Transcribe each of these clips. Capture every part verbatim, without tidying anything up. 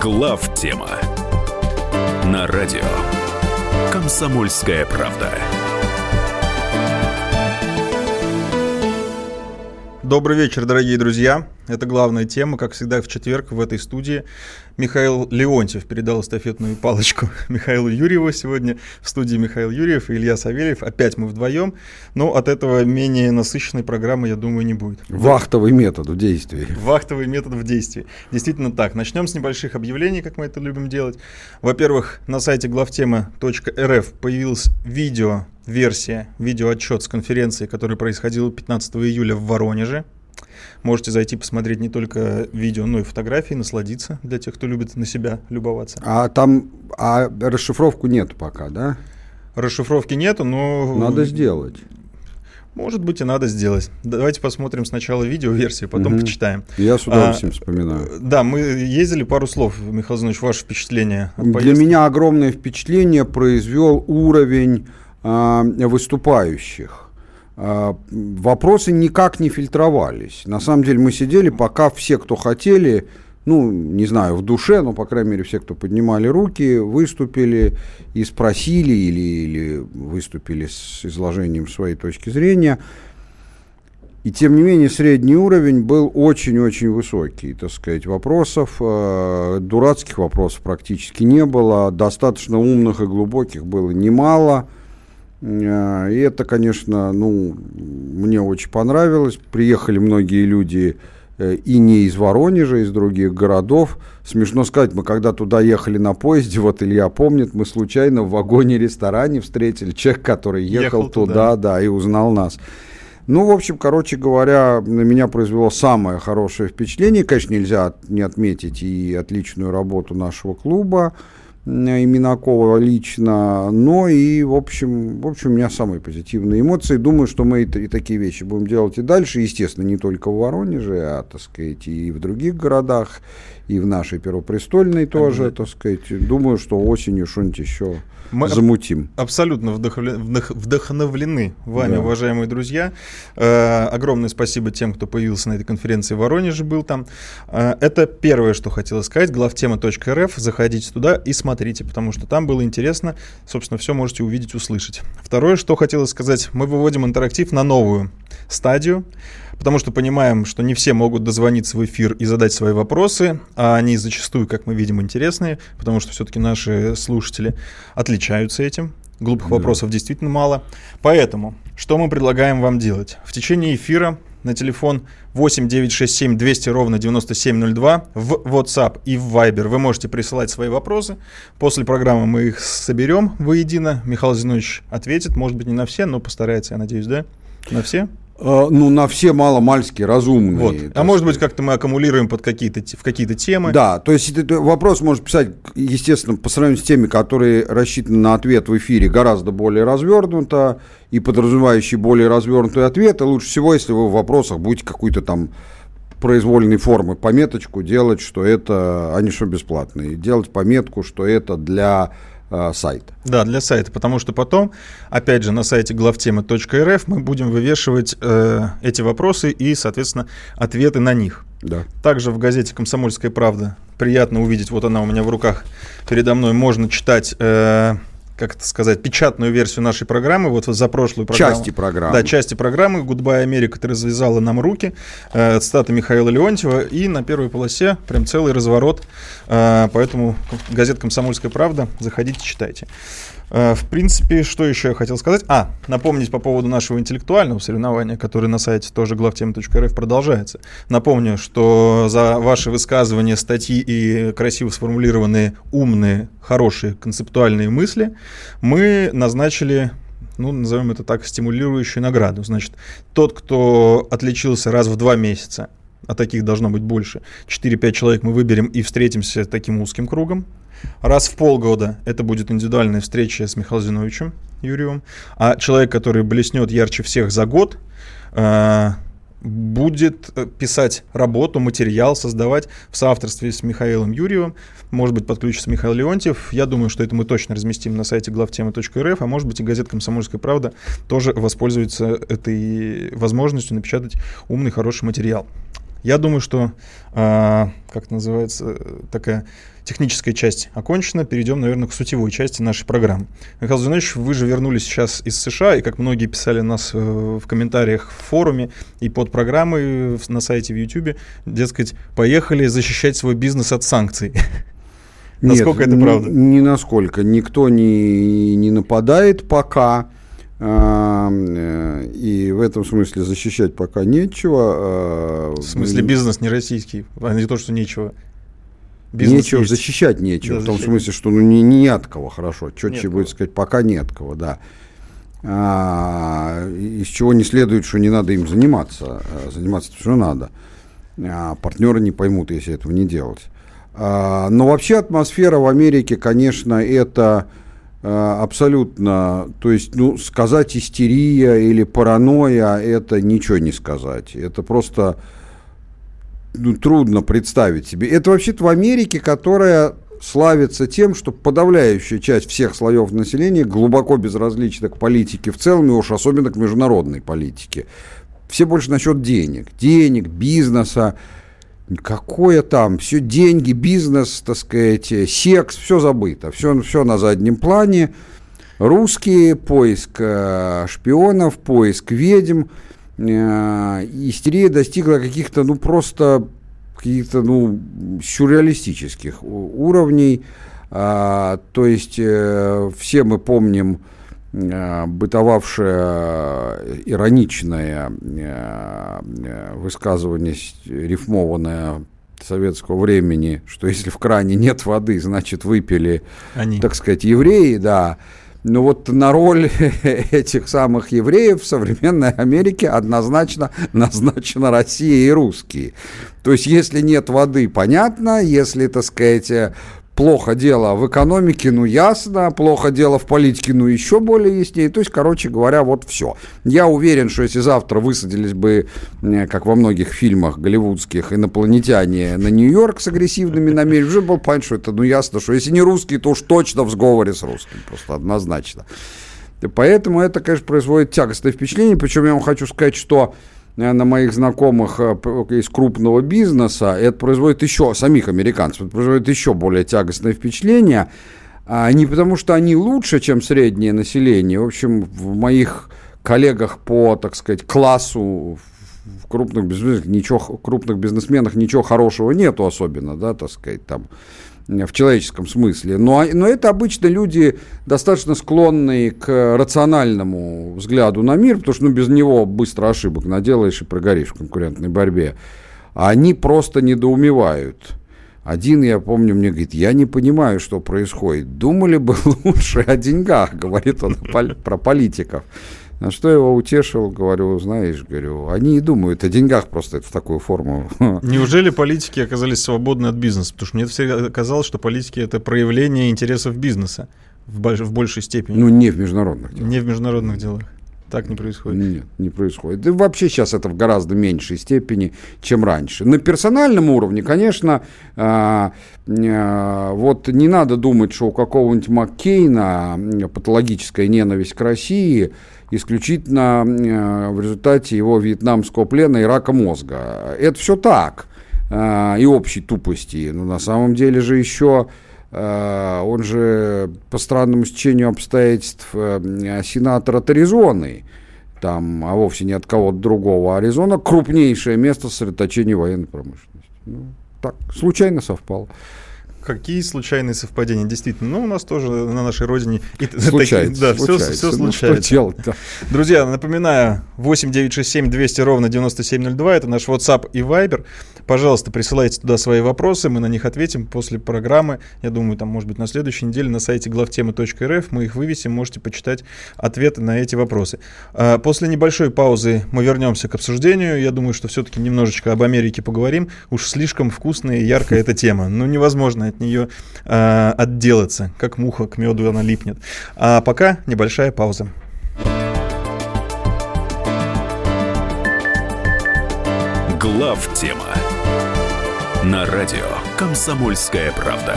Главтема на радио «Комсомольская правда». Добрый вечер, дорогие друзья. Это главная тема, как всегда, в четверг в этой студии. Михаил Леонтьев передал эстафетную палочку Михаилу Юрьеву. Сегодня в студии Михаил Юрьев и Илья Савельев. Опять мы вдвоем, но от этого менее насыщенной программы, я думаю, не будет. Вахтовый метод в действии. Вахтовый метод в действии. Действительно так. Начнем с небольших объявлений, как мы это любим делать. Во-первых, на сайте главтема точка эр эф появилась видео версия, видеоотчет с конференции, которая происходила пятнадцатого июля в Воронеже. Можете зайти посмотреть не только видео, но и фотографии, насладиться для тех, кто любит на себя любоваться. А там а расшифровку нет пока, да? Расшифровки нету, но... Надо сделать. Может быть, и надо сделать. Давайте посмотрим сначала видеоверсию, потом угу. почитаем. Я с удовольствием а, вспоминаю. Да, мы ездили, пару слов. Михаил Зинович, ваше впечатление от поездки? Для меня огромное впечатление произвел уровень а, выступающих. Вопросы никак не фильтровались. На самом деле мы сидели, пока все, кто хотели, ну, не знаю, в душе, но, по крайней мере, все, кто поднимали руки, выступили и спросили или, или выступили с изложением своей точки зрения. И, тем не менее, средний уровень был очень-очень высокий, так сказать, вопросов. Дурацких вопросов практически не было. Достаточно умных и глубоких было немало. И это, конечно, ну, мне очень понравилось. Приехали многие люди и не из Воронежа, из других городов. Смешно сказать, мы когда туда ехали на поезде, вот Илья помнит, мы случайно в вагоне-ресторане встретили человека, который ехал, ехал туда, туда, да, и узнал нас. Ну, в общем, короче говоря, на меня произвело самое хорошее впечатление. Конечно, нельзя не отметить и отличную работу нашего клуба, и Минакова лично, но и, в общем, в общем, у меня самые позитивные эмоции. Думаю, что мы и, и такие вещи будем делать и дальше, естественно, не только в Воронеже, а, так сказать, и в других городах, и в нашей Первопрестольной тоже, так сказать. Думаю, что осенью что-нибудь еще мы замутим. Абсолютно вдохновлены, вдохновлены вами, да. Уважаемые друзья. Э, огромное спасибо тем, кто появился на этой конференции в Воронеже, был там. Э, это первое, что хотела сказать. главтема точка эр эф. Заходите туда и смотрите, потому что там было интересно. Собственно, все можете увидеть, услышать. Второе, что хотела сказать. Мы выводим интерактив на новую стадию, потому что понимаем, что не все могут дозвониться в эфир и задать свои вопросы, а они зачастую, как мы видим, интересные, потому что все-таки наши слушатели отличаются этим. Глупых да. вопросов действительно мало. Поэтому, что мы предлагаем вам делать? В течение эфира на телефон восемь девятьсот шестьдесят семь двести ровно девяносто семь ноль два в WhatsApp и в Viber вы можете присылать свои вопросы. После программы мы их соберем воедино. Михаил Зинович ответит, может быть, не на все, но постарается, я надеюсь, да? На все? Ну, на все маломальски разумные. Вот. А может быть, как-то мы аккумулируем под какие-то, в какие-то темы. Да, то есть этот вопрос можно писать, естественно, по сравнению с теми, которые рассчитаны на ответ в эфире, гораздо более развернуто и подразумевающий более развернутый ответ. И лучше всего, если вы в вопросах будете какую-то там произвольной формы пометочку делать, что это, они что, бесплатные, делать пометку, что это для сайта. Да, для сайта, потому что потом, опять же, на сайте главтема точка эр эф мы будем вывешивать э, эти вопросы и, соответственно, ответы на них. Да. Также в газете «Комсомольская правда» приятно увидеть, вот она у меня в руках передо мной, можно читать, э, как это сказать, печатную версию нашей программы, вот за прошлую программу. Части программы. Да, части программы «Гудбай, Америка, ты развязала нам руки», э, цитата Михаила Леонтьева, и на первой полосе прям целый разворот, э, поэтому газета «Комсомольская правда», заходите, читайте. Э, в принципе, что еще я хотел сказать? А, напомнить по поводу нашего интеллектуального соревнования, которое на сайте тоже главтема точка эр эф продолжается. Напомню, что за ваши высказывания, статьи и красиво сформулированные, умные, хорошие концептуальные мысли мы назначили, ну, назовем это так, стимулирующую награду. Значит, тот, кто отличился раз в два месяца, а таких должно быть больше, четыре-пять человек мы выберем и встретимся таким узким кругом. Раз в полгода это будет индивидуальная встреча с Михаилом Зиновичем Юрьевым. А человек, который блеснет ярче всех за год, э, будет писать работу, материал, создавать в соавторстве с Михаилом Юрьевым. Может быть, подключится Михаил Леонтьев. Я думаю, что это мы точно разместим на сайте главтема точка эр эф, а может быть и газета «Комсомольская правда» тоже воспользуется этой возможностью напечатать умный, хороший материал. Я думаю, что, а, как называется, такая техническая часть окончена. Перейдем, наверное, к сутевой части нашей программы. Михаил Зинович, вы же вернулись сейчас из США, и, как многие писали нас в комментариях в форуме и под программой на сайте в Ютубе, дескать, поехали защищать свой бизнес от санкций. Насколько это правда? Ни насколько. Никто не, не нападает пока. И в этом смысле защищать пока нечего. В смысле бизнес не российский, а не то, что нечего. Бизнес нечего, есть. Защищать нечего. Да, в том защищать. Смысле, что ну, не, не от кого, хорошо. Четче будет сказать, пока не от кого, да. А, из чего не следует, что не надо им заниматься. Заниматься все надо. А, партнеры не поймут, если этого не делать. А, но вообще атмосфера в Америке, конечно, это а, абсолютно, то есть, ну, сказать истерия или паранойя, это ничего не сказать. Это просто... Ну, трудно представить себе. Это вообще-то в Америке, которая славится тем, что подавляющая часть всех слоев населения глубоко безразлична к политике в целом, и уж особенно к международной политике. Все больше насчет денег. Денег, бизнеса. Какое там? Все деньги, бизнес, так сказать, секс, все забыто. Все, все на заднем плане. Русские, поиск шпионов, поиск ведьм. Истерия достигла каких-то, ну, просто каких-то, ну, сюрреалистических уровней. А, то есть э, все мы помним э, бытовавшее ироничное э, высказывание, рифмованное советского времени, что если в кране нет воды, значит, выпили, Они. так сказать, евреи, да. Но вот на роль этих самых евреев в современной Америке однозначно назначена Россия и русские. То есть, если нет воды, понятно, если, так сказать, плохо дело в экономике, ну, ясно, плохо дело в политике, ну, еще более яснее. То есть, короче говоря, вот все. Я уверен, что если завтра высадились бы, как во многих фильмах голливудских, инопланетяне на Нью-Йорк с агрессивными намерениями, уже было понятно, что это, ну, ясно, что если не русские, то уж точно в сговоре с русскими, просто однозначно. И поэтому это, конечно, производит тягостное впечатление, причем я вам хочу сказать, что на моих знакомых из крупного бизнеса, это производит еще, самих американцев, это производит еще более тягостное впечатление, а не потому что они лучше, чем среднее население. В общем, в моих коллегах по, так сказать, классу в крупных бизнесменах ничего, крупных бизнесменах ничего хорошего нету особенно, да, так сказать, там, в человеческом смысле. Но, но это обычно люди, достаточно склонные к рациональному взгляду на мир, потому что ну, без него быстро ошибок наделаешь и прогоришь в конкурентной борьбе. А они просто недоумевают. Один, я помню, мне говорит, я не понимаю, что происходит. Думали бы лучше о деньгах, говорит он про политиков. На что я его утешил, говорю, знаешь, говорю, они и думают о деньгах просто в такую форму. Неужели политики оказались свободны от бизнеса? Потому что мне всегда казалось, что политики — это проявление интересов бизнеса в, больш- в большей степени. Ну, не в международных делах. Не в международных делах. Так не происходит? Нет, не происходит. И вообще сейчас это в гораздо меньшей степени, чем раньше. На персональном уровне, конечно, а, а, вот не надо думать, что у какого-нибудь Маккейна патологическая ненависть к России исключительно в результате его вьетнамского плена и рака мозга. Это все так. И общей тупости. Но на самом деле же еще он же по странному стечению обстоятельств сенатор от Аризоны. Там, а вовсе не от кого-то другого. Аризона — крупнейшее место сосредоточения военной промышленности. Ну, так, случайно совпало. Какие случайные совпадения, действительно. Ну, у нас тоже на нашей родине... Случается. Да, случается. Все, все ну, случается. Что делать-то? Друзья, напоминаю, восемь девятьсот шестьдесят семь двести ровно девяносто семь ноль два, это наш WhatsApp и Viber. Пожалуйста, присылайте туда свои вопросы, мы на них ответим после программы. Я думаю, там, может быть, на следующей неделе на сайте главтемы точка эр эф мы их вывесим, можете почитать ответы на эти вопросы. После небольшой паузы мы вернемся к обсуждению. Я думаю, что все-таки немножечко об Америке поговорим. Уж слишком вкусная и яркая эта тема. Ну, невозможно от нее э, отделаться. Как муха к меду она липнет. А пока небольшая пауза. Главтема на радио «Комсомольская правда».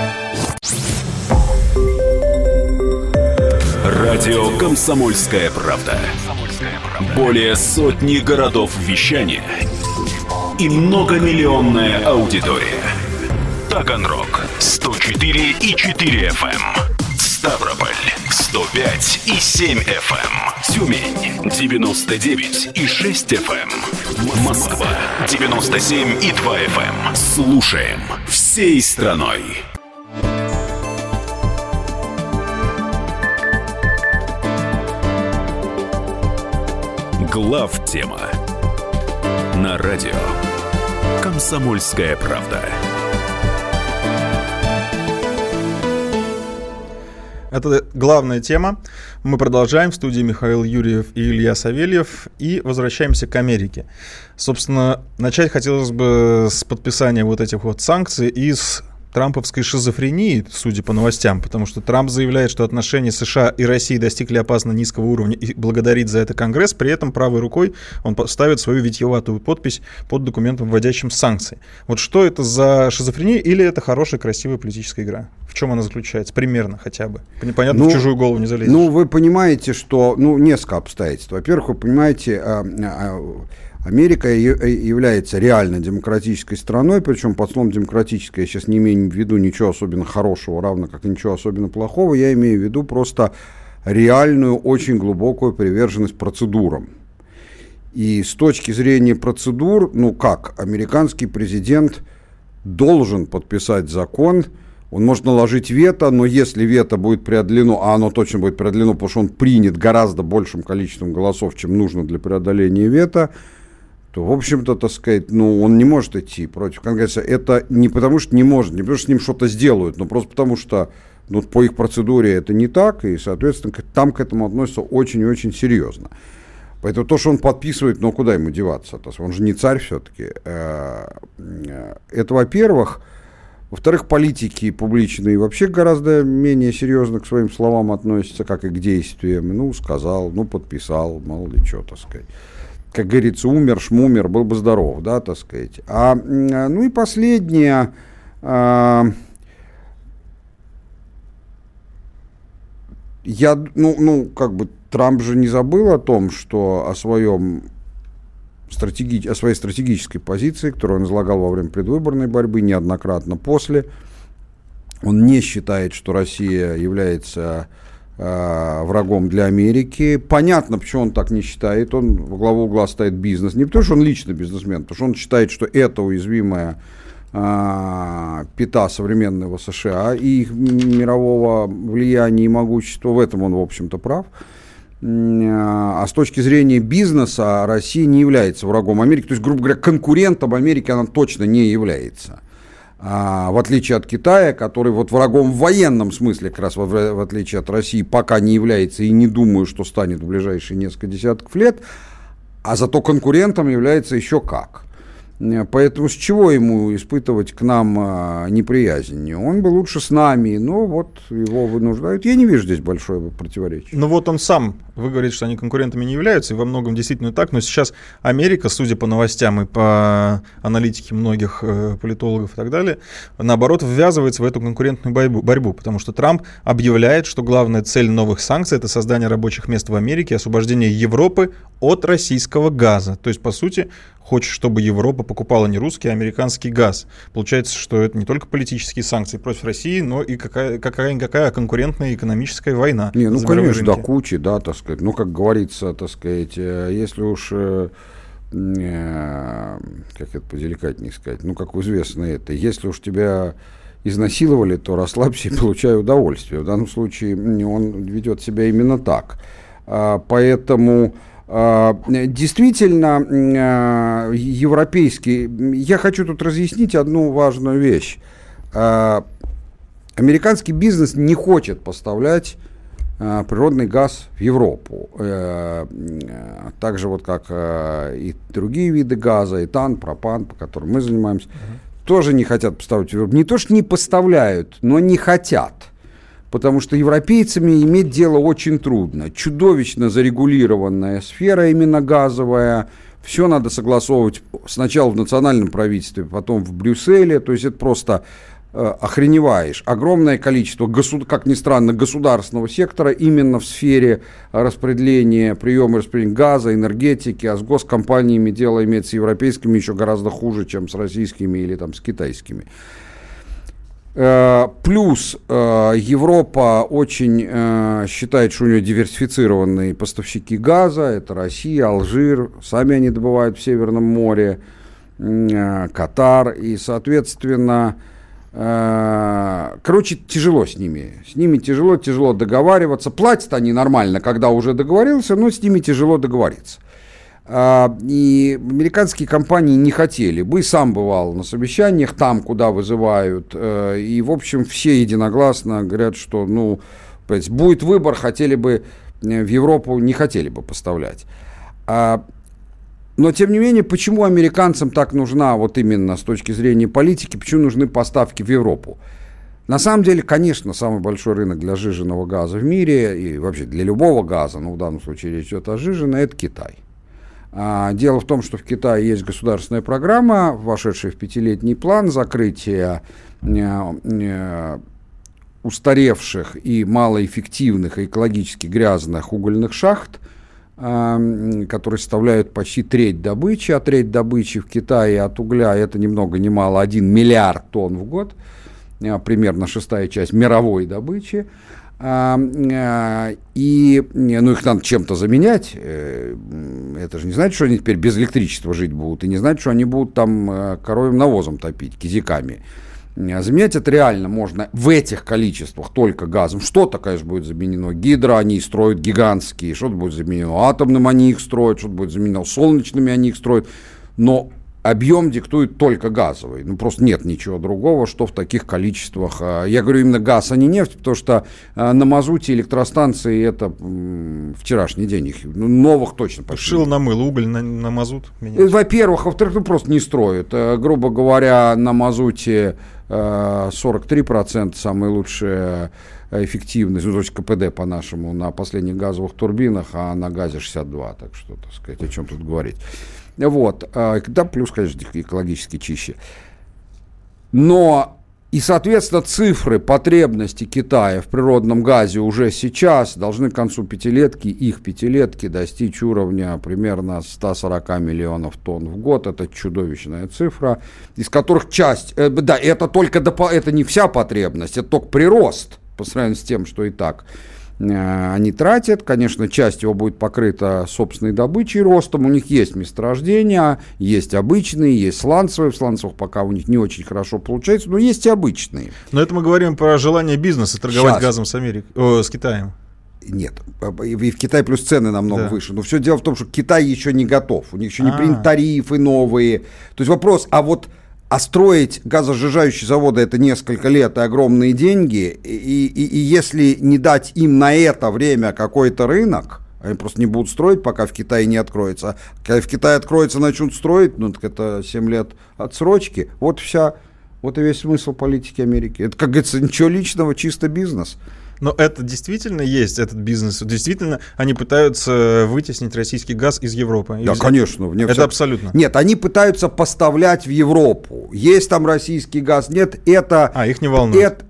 Радио «Комсомольская правда». Более сотни городов вещания и многомиллионная аудитория. Таганрог сто четыре и четыре эф эм, Ставрополь сто пять и семь эф эм, Тюмень девяносто девять и шесть эф эм, Москва девяносто семь и два эф эм. Слушаем всей страной. Главтема на радио «Комсомольская правда». Это главная тема. Мы продолжаем. В студии Михаил Юрьев и Илья Савельев. И возвращаемся к Америке. Собственно, начать хотелось бы с подписания вот этих вот санкций и с трамповской шизофрении, судя по новостям, потому что Трамп заявляет, что отношения США и России достигли опасно низкого уровня и благодарит за это Конгресс, при этом правой рукой он ставит свою витьеватую подпись под документом, вводящим санкции. Вот что это за шизофрения или это хорошая, красивая политическая игра? В чем она заключается? Примерно хотя бы. Понятно, ну, в чужую голову не залезешь. Ну, вы понимаете, что, ну, несколько обстоятельств. Во-первых, вы понимаете, а, а, Америка является реально демократической страной, причем под словом демократической я сейчас не имею в виду ничего особенно хорошего, равно как и ничего особенно плохого, я имею в виду просто реальную, очень глубокую приверженность процедурам. И с точки зрения процедур, ну как, американский президент должен подписать закон, он может наложить вето, но если вето будет преодолено, а оно точно будет преодолено, потому что он принят гораздо большим количеством голосов, чем нужно для преодоления вето, то, в общем-то, так сказать, ну, он не может идти против Конгресса. Это не потому, что не может, не потому, что с ним что-то сделают, но просто потому, что ну, по их процедуре это не так, и, соответственно, там к этому относятся очень и очень серьезно. Поэтому то, что он подписывает, ну, куда ему деваться? Он же не царь все-таки. Это, во-первых. Во-вторых, политики публичные вообще гораздо менее серьезно к своим словам относятся, как и к действиям. Ну, сказал, ну, подписал, мало ли что, так сказать. Как говорится, умер, шмумер, был бы здоров, да, так сказать. А, ну и последнее. А, я, ну, ну, как бы Трамп же не забыл о том, что о своем стратеги... о своей стратегической позиции, которую он излагал во время предвыборной борьбы, неоднократно после. Он не считает, что Россия является э, врагом для Америки. Понятно, почему он так не считает. Он во главу угла ставит бизнес. Не потому, что он лично бизнесмен, потому что он считает, что это уязвимая э, пята современного США и их мирового влияния и могущества. В этом он, в общем-то, прав. А с точки зрения бизнеса Россия не является врагом Америки. То есть, грубо говоря, конкурентом Америки она точно не является. А, в отличие от Китая, который вот врагом в военном смысле, как раз в, в отличие от России, пока не является и не думаю, что станет в ближайшие несколько десятков лет, а зато конкурентом является еще как. Поэтому с чего ему испытывать к нам а, неприязнь? Он бы лучше с нами, но вот его вынуждают. Я не вижу здесь большого противоречия. Ну вот он сам, вы говорите, что они конкурентами не являются, и во многом действительно так, но сейчас Америка, судя по новостям и по аналитике многих э, политологов и так далее, наоборот, ввязывается в эту конкурентную борьбу, борьбу, потому что Трамп объявляет, что главная цель новых санкций — это создание рабочих мест в Америке, освобождение Европы от российского газа. То есть, по сути, хочет, чтобы Европа покупала не русский, а американский газ. Получается, что это не только политические санкции против России, но и какая- какая-никакая конкурентная экономическая война. Не, ну, конечно, до кучи, да, так сказать. Ну, как говорится, так сказать, если уж, э, э, как это поделикатнее сказать, ну, как известно это, если уж тебя изнасиловали, то расслабься и получай удовольствие. В данном случае он ведет себя именно так. А, поэтому... Действительно, европейский... Я хочу тут разъяснить одну важную вещь. Американский бизнес не хочет поставлять природный газ в Европу. Так же, вот как и другие виды газа, этан, пропан, по которым мы занимаемся, uh-huh. тоже не хотят поставлять в Европу. Не то, что не поставляют, но не хотят. Потому что европейцами иметь дело очень трудно. Чудовищно зарегулированная сфера именно газовая. Все надо согласовывать сначала в национальном правительстве, потом в Брюсселе. То есть это просто охреневаешь. Огромное количество, государ... как ни странно, государственного сектора именно в сфере распределения, приема и распределения газа, энергетики, а с госкомпаниями дело имеется с европейскими еще гораздо хуже, чем с российскими или там, с китайскими. Плюс Европа очень считает, что у нее диверсифицированные поставщики газа. Это Россия, Алжир, сами они добывают в Северном море, Катар. И, соответственно, короче, тяжело с ними. С ними тяжело, тяжело договариваться. Платят они нормально, когда уже договорился, но с ними тяжело договориться. И американские компании не хотели бы, сам бывал на совещаниях там, куда вызывают, и, в общем, все единогласно говорят, что, ну, будет выбор, хотели бы в Европу, не хотели бы поставлять. Но, тем не менее, почему американцам так нужна, вот именно с точки зрения политики, почему нужны поставки в Европу? На самом деле, конечно, самый большой рынок для сжиженного газа в мире, и вообще для любого газа, но в данном случае речь идет о сжиженном, это Китай. Дело в том, что в Китае есть государственная программа, вошедшая в пятилетний план закрытия устаревших и малоэффективных, и экологически грязных угольных шахт, которые составляют почти треть добычи, а треть добычи в Китае от угля, это ни много ни мало, один миллиард тонн в год, примерно шестая часть мировой добычи. И, ну, их надо чем-то заменять. Это же не значит, что они теперь без электричества жить будут, и не значит, что они будут там коровьим навозом топить, кизиками. Заменять это реально можно в этих количествах только газом. Что-то, конечно, будет заменено. Гидро они строят гигантские, что-то будет заменено атомным, они их строят, что-то будет заменено солнечными, они их строят. Но объем диктует только газовый. Ну, просто нет ничего другого, что в таких количествах. Я говорю именно газ, а не нефть, потому что на мазуте электростанции это вчерашний день. Их новых точно почти. Шил на мыло, уголь на, на мазут менять. Во-первых, во-вторых, ну, просто не строят. Грубо говоря, на мазуте сорок три процента самая лучшая эффективность, ну, то есть КПД по-нашему на последних газовых турбинах, а на газе шестьдесят два. Так что, так сказать, о чем тут говорить. Вот, да, плюс, конечно, экологически чище. Но, и, соответственно, цифры потребности Китая в природном газе уже сейчас должны к концу пятилетки, их пятилетки, достичь уровня примерно сто сорок миллионов тонн в год. Это чудовищная цифра, из которых часть, э, да, это только, допо, это не вся потребность, это только прирост по сравнению с тем, что и так они тратят. Конечно, часть его будет покрыта собственной добычей, ростом. У них есть месторождения, есть обычные, есть сланцевые. В сланцевых пока у них не очень хорошо получается, но есть и обычные. Но это мы говорим про желание бизнеса торговать Сейчас. газом с, Америк... О, с Китаем. Нет, и в Китае плюс цены намного да. выше. Но все дело в том, что Китай еще не готов. У них еще не А-а-а. приняты тарифы новые. То есть вопрос, а вот А строить газосжижающие заводы это несколько лет и огромные деньги, и, и, и если не дать им на это время какой-то рынок, они просто не будут строить, пока в Китае не откроется. Когда в Китае откроется, начнут строить, ну так это семь лет отсрочки. Вот вся, вот и весь смысл политики Америки. Это, как говорится, ничего личного, чисто бизнес. Но это действительно есть, этот бизнес. Действительно, они пытаются вытеснить российский газ из Европы. Да, из... конечно. Это вся... абсолютно. Нет, они пытаются поставлять в Европу. Есть там российский газ, нет, это... А, их не волнует. Это...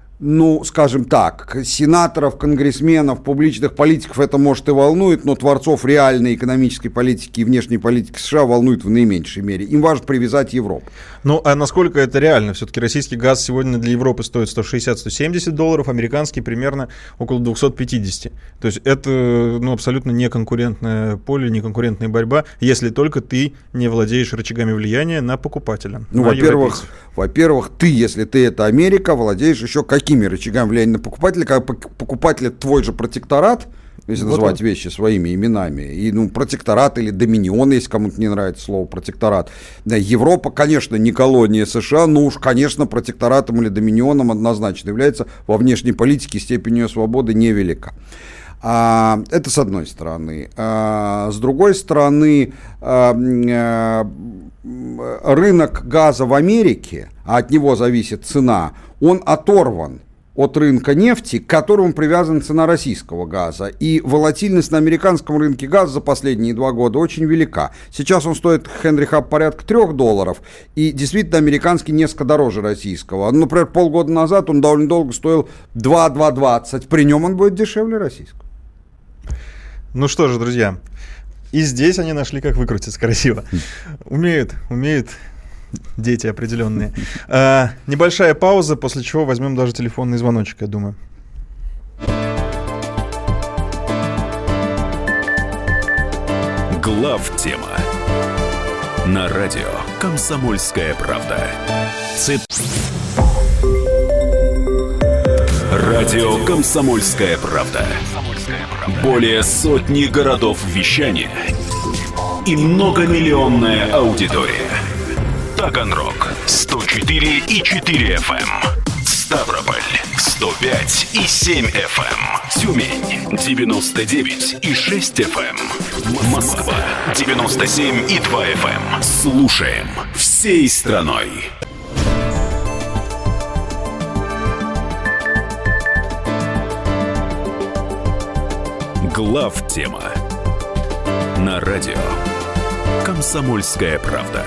Ну, скажем так, сенаторов, конгрессменов, публичных политиков это, может, и волнует, но творцов реальной экономической политики и внешней политики США волнует в наименьшей мере. Им важно привязать Европу. Ну, а насколько это реально? Все-таки российский газ сегодня для Европы стоит сто шестьдесят - сто семьдесят долларов, американский примерно около двести пятьдесят. То есть это, ну, абсолютно неконкурентное поле, неконкурентная борьба, если только ты не владеешь рычагами влияния на покупателя. Ну, на во-первых, во-первых, ты, если ты это Америка, владеешь еще каким Какими рычагами влияния на покупателя, когда покупатель твой же протекторат, если вот называть он. вещи своими именами, и, ну, протекторат или доминион, если кому-то не нравится слово протекторат. Да, Европа, конечно, не колония США, но уж, конечно, протекторатом или доминионом однозначно является во внешней политике, степень ее свободы невелика. А, это с одной стороны. А, с другой стороны, а, а, рынок газа в Америке, а от него зависит цена, он оторван от рынка нефти, к которому привязана цена российского газа. И волатильность на американском рынке газа за последние два года очень велика. Сейчас он стоит, Хенри Хаб, порядка трех долларов, и действительно американский несколько дороже российского. Например, полгода назад он довольно долго стоил два-два двадцать, при нем он будет дешевле российского. Ну что же, друзья, и здесь они нашли, как выкрутиться красиво. Умеют, умеют дети определенные. А, небольшая пауза, после чего возьмем даже телефонный звоночек, я думаю. Главтема на радио «Комсомольская правда». Цит... Радио «Комсомольская правда». Более сотни городов вещания и многомиллионная аудитория. Таганрог сто четыре и четыре эф эм, Ставрополь сто пять и семь эф эм, Тюмень девяносто девять и шесть эф эм, Москва девяносто семь и два эф эм. Слушаем всей страной. Главтема на радио «Комсомольская правда».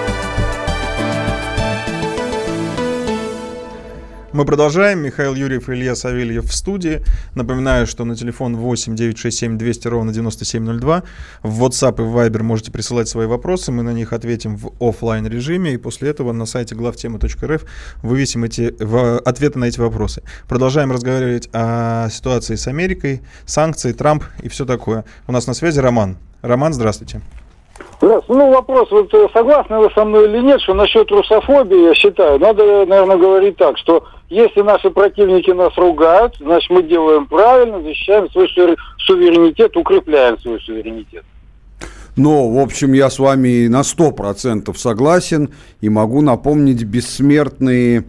Мы продолжаем. Михаил Юрьев и Илья Савельев в студии. Напоминаю, что на телефон восемь девятьсот шестьдесят семь двести ровно девяносто семь ноль два в WhatsApp и в Viber можете присылать свои вопросы. Мы на них ответим в офлайн режиме. И после этого на сайте главтема точка эр эф вывесим эти, в, ответы на эти вопросы. Продолжаем разговаривать о ситуации с Америкой, санкции, Трамп и все такое. У нас на связи Роман. Роман, здравствуйте. Здравствуйте. Ну, вопрос, вот согласны вы со мной или нет, что насчет русофобии, я считаю, надо, наверное, говорить так, что если наши противники нас ругают, значит, мы делаем правильно, защищаем свой суверенитет, укрепляем свой суверенитет. Ну, в общем, я с вами на сто процентов согласен и могу напомнить бессмертные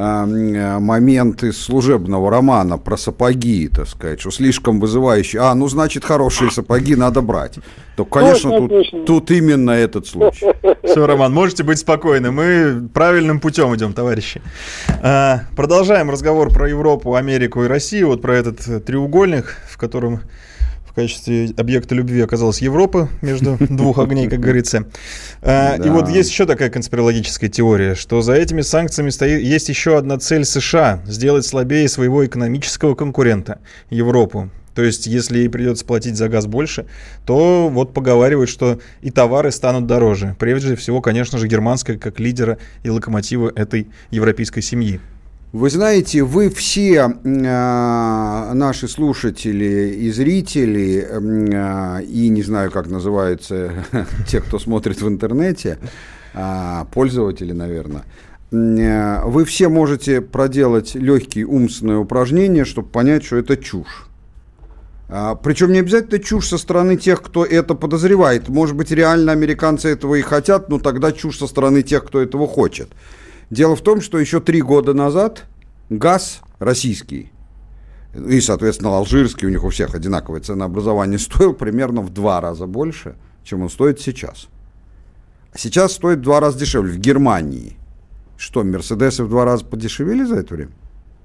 э, моменты служебного романа про сапоги, так сказать, что слишком вызывающие. А, ну, значит, хорошие сапоги надо брать. То, конечно, точно, тут, точно. тут именно этот случай. Все, Роман, можете быть спокойны. Мы правильным путем идем, товарищи. А, продолжаем разговор про Европу, Америку и Россию. Вот про этот треугольник, в котором в качестве объекта любви оказалась Европа между двух огней, как говорится. А, да. И вот есть еще такая конспирологическая теория, что за этими санкциями стоит, есть еще одна цель США – сделать слабее своего экономического конкурента – Европу. То есть, если ей придется платить за газ больше, то вот поговаривают, что и товары станут дороже. Прежде всего, конечно же, германская как лидера и локомотива этой европейской семьи. Вы знаете, вы все э, наши слушатели и зрители, э, и не знаю, как называются те, кто смотрит в интернете, э, пользователи, наверное, э, вы все можете проделать легкие умственные упражнения, чтобы понять, что это чушь. А, причем не обязательно чушь со стороны тех, кто это подозревает. Может быть, реально американцы этого и хотят, но тогда чушь со стороны тех, кто этого хочет. Дело в том, что еще три года назад газ российский и, соответственно, алжирский, у них у всех одинаковое ценообразование, стоил примерно в два раза больше, чем он стоит сейчас. Сейчас стоит в два раза дешевле. В Германии. Что, мерседесы в два раза подешевели за это время?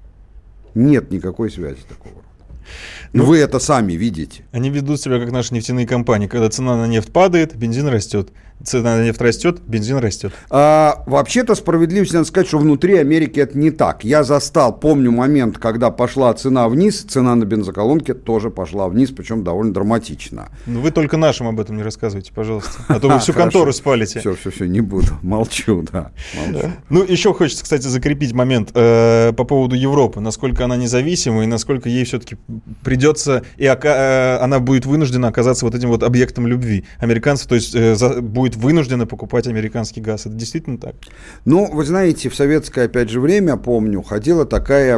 Нет никакой связи такого. Ну, вы это сами видите. Они ведут себя как наши нефтяные компании. Когда цена на нефть падает, бензин растет. Цена на нефть растет, бензин растет. А, вообще-то, справедливости надо сказать, что внутри Америки это не так. Я застал, помню момент, когда пошла цена вниз, цена на бензоколонке тоже пошла вниз, причем довольно драматично. Ну, вы только нашим об этом не рассказывайте, пожалуйста. А то вы всю контору спалите. Все, все, все, не буду. Молчу, да. Ну, еще хочется, кстати, закрепить момент по поводу Европы. Насколько она независима и насколько ей все-таки придется, и она будет вынуждена оказаться вот этим вот объектом любви американцев, то есть будет вынуждена покупать американский газ. Это действительно так? Ну, вы знаете, в советское, опять же, время, помню, ходила такая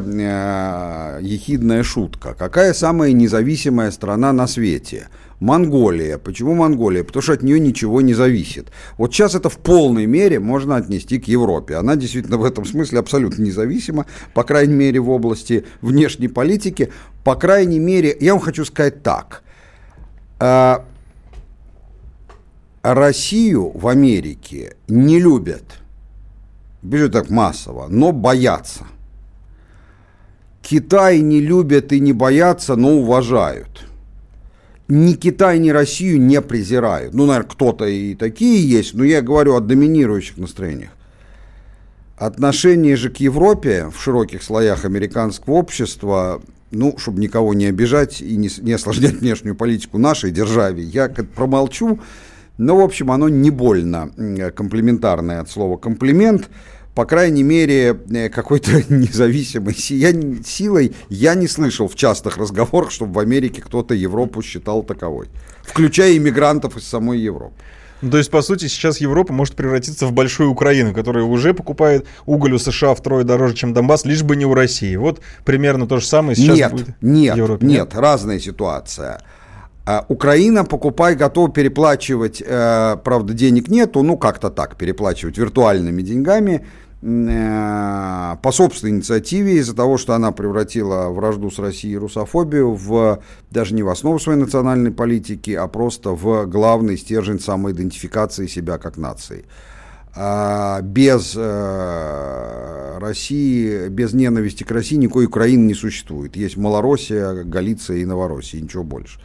э, ехидная шутка. Какая самая независимая страна на свете? Монголия. Почему Монголия? Потому что от нее ничего не зависит. Вот сейчас это в полной мере можно отнести к Европе. Она действительно в этом смысле абсолютно независима, по крайней мере, в области внешней политики. По крайней мере, я вам хочу сказать так. Э, Россию в Америке не любят, бежит так массово, но боятся. Китай не любят и не боятся, но уважают. Ни Китай, ни Россию не презирают. Ну, наверное, кто-то и такие есть, но я говорю о доминирующих настроениях. Отношение же к Европе в широких слоях американского общества, ну, чтобы никого не обижать и не, не осложнять внешнюю политику нашей державе, я промолчу, но, в общем, оно не больно комплиментарное от слова «комплимент». По крайней мере, какой-то независимой силой я не слышал в частых разговорах, чтобы в Америке кто-то Европу считал таковой, включая иммигрантов из самой Европы. Ну, то есть, по сути, сейчас Европа может превратиться в большую Украину, которая уже покупает уголь у США втрое дороже, чем Донбасс, лишь бы не у России. Вот примерно то же самое сейчас нет, будет нет, в Европе. Нет, нет, разная ситуация. Украина, покупай, готова переплачивать, э, правда, денег нету, ну, как-то так, переплачивать виртуальными деньгами, по собственной инициативе, из-за того, что она превратила вражду с Россией и русофобию в, даже не в основу своей национальной политики, а просто в главный стержень самоидентификации себя как нации. Без России, без ненависти к России никакой Украины не существует. Есть Малороссия, Галиция и Новороссия, ничего больше.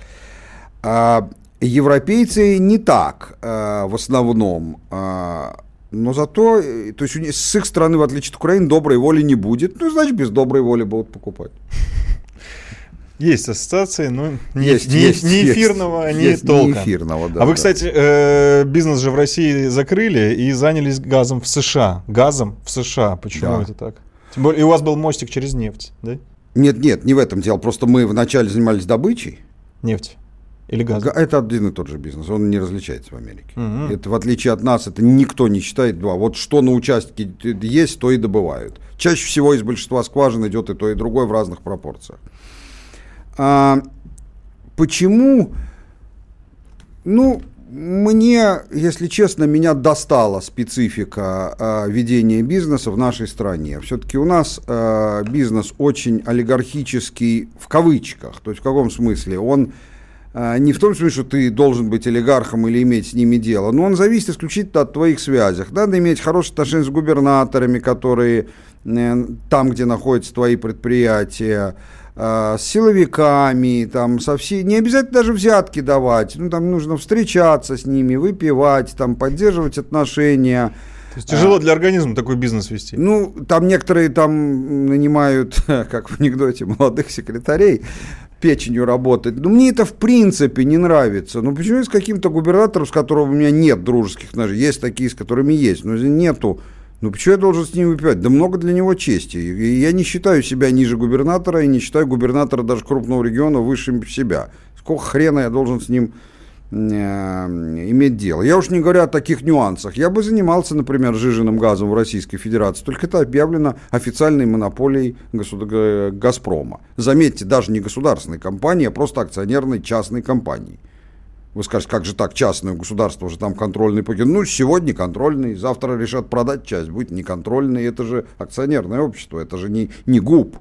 Европейцы не так в основном. Но зато, то есть с их стороны, в отличие от Украины, доброй воли не будет. Ну, значит, без доброй воли будут покупать. Есть ассоциации, но не, есть, не, есть, не эфирного, есть, ни есть, толка. Не эфирного, да, а вы, да. кстати, э, бизнес же в России закрыли и занялись газом в США. Газом в США. Почему да. это так? Тем более, и у вас был мостик через нефть, да? Нет, нет, не в этом дело. Просто мы вначале занимались добычей. Нефть. Или газ? Это один и тот же бизнес, он не различается в Америке. Угу. Это, в отличие от нас, это никто не считает два. Вот что на участке есть, то и добывают. Чаще всего из большинства скважин идет и то, и другое в разных пропорциях. А, почему? Ну, мне, если честно, меня достала специфика а, ведения бизнеса в нашей стране. Все-таки у нас а, бизнес очень олигархический в кавычках. То есть в каком смысле? Он не в том смысле, что ты должен быть олигархом или иметь с ними дело, но он зависит исключительно от твоих связей. Надо иметь хорошие отношения с губернаторами, которые там, где находятся твои предприятия, с силовиками, там, со всей... не обязательно даже взятки давать, ну, там нужно встречаться с ними, выпивать, там, поддерживать отношения. То есть тяжело а, для организма такой бизнес вести? Ну, там некоторые там нанимают, как в анекдоте, молодых секретарей, печенью работать. Но мне это в принципе не нравится. Ну, почему с каким-то губернатором, с которым у меня нет дружеских отношений, есть такие, с которыми есть, но нету, ну, почему я должен с ним выпивать? Да много для него чести. И я не считаю себя ниже губернатора, и не считаю губернатора даже крупного региона высшим себя. Сколько хрена я должен с ним э, иметь дело? Я уж не говорю о таких нюансах. Я бы занимался, например, сжиженным газом в Российской Федерации, только это объявлено официальной монополией государ... «Газпрома». Заметьте, даже не государственной компании, а просто акционерной частной компании. Вы скажете, как же так, частное государство уже там контрольный пакет. Ну, сегодня контрольный, завтра решат продать часть, будет неконтрольный. Это же акционерное общество, это же не, не ГУП.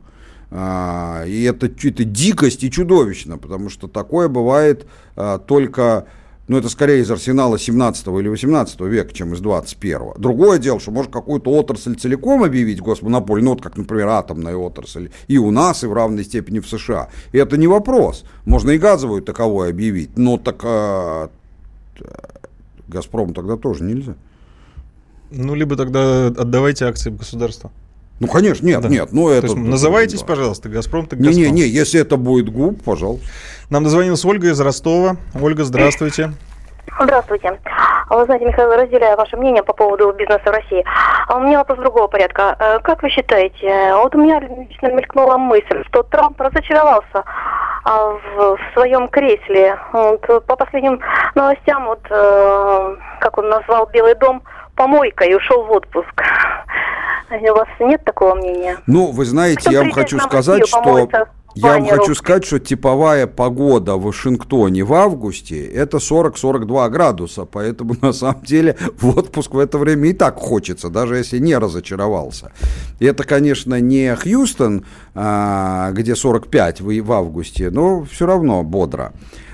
А, и это, это дикость и чудовищно, потому что такое бывает а, только, ну, это скорее из арсенала семнадцатого или восемнадцатого века, чем из двадцать первого. Другое дело, что может какую-то отрасль целиком объявить госмонополией, ну, вот как, например, атомная отрасль, и у нас, и в равной степени в США. И это не вопрос. Можно и газовую таковой объявить, но так а, «Газпрому» тогда тоже нельзя. Ну, либо тогда отдавайте акции государства. Ну, конечно, нет, да. нет. Ну, это, называйтесь, да. пожалуйста, «Газпром», так «Газпром». Не-не-не, если это будет ГУП, пожалуйста. Нам дозвонилась Ольга из Ростова. Ольга, здравствуйте. Здравствуйте. Вы знаете, Михаил, разделяю ваше мнение по поводу бизнеса в России. А у меня вопрос другого порядка. Как вы считаете, вот у меня лично мелькнула мысль, что Трамп разочаровался в, в своем кресле. Вот, по последним новостям, вот, как он назвал Белый дом, помойкой, и ушел в отпуск. У вас нет такого мнения? Ну, вы знаете, Кто я вам хочу сказать, что... Я вам хочу сказать, что типовая погода в Вашингтоне в августе это сорок-сорок два градуса, поэтому на самом деле в отпуск в это время и так хочется, даже если не разочаровался. И это, конечно, не Хьюстон, где сорок пять в августе, но все равно бодро.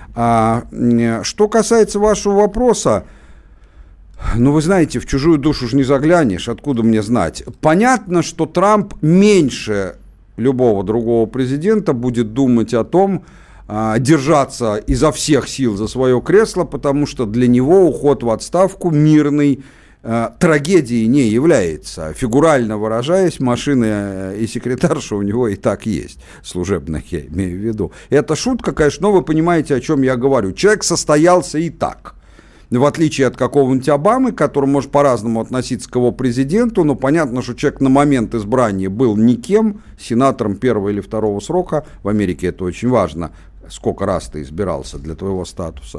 Что касается вашего вопроса, ну, вы знаете, в чужую душу ж не заглянешь, откуда мне знать. Понятно, что Трамп меньше любого другого президента будет думать о том, держаться изо всех сил за свое кресло, потому что для него уход в отставку мирный трагедией не является. Фигурально выражаясь, машина и секретарша у него и так есть, служебных я имею в виду. Это шутка, конечно, но вы понимаете, о чем я говорю. Человек состоялся и так. В отличие от какого-нибудь Обамы, который может по-разному относиться к его президенту, но понятно, что человек на момент избрания был никем, сенатором первого или второго срока. В Америке это очень важно, сколько раз ты избирался для твоего статуса.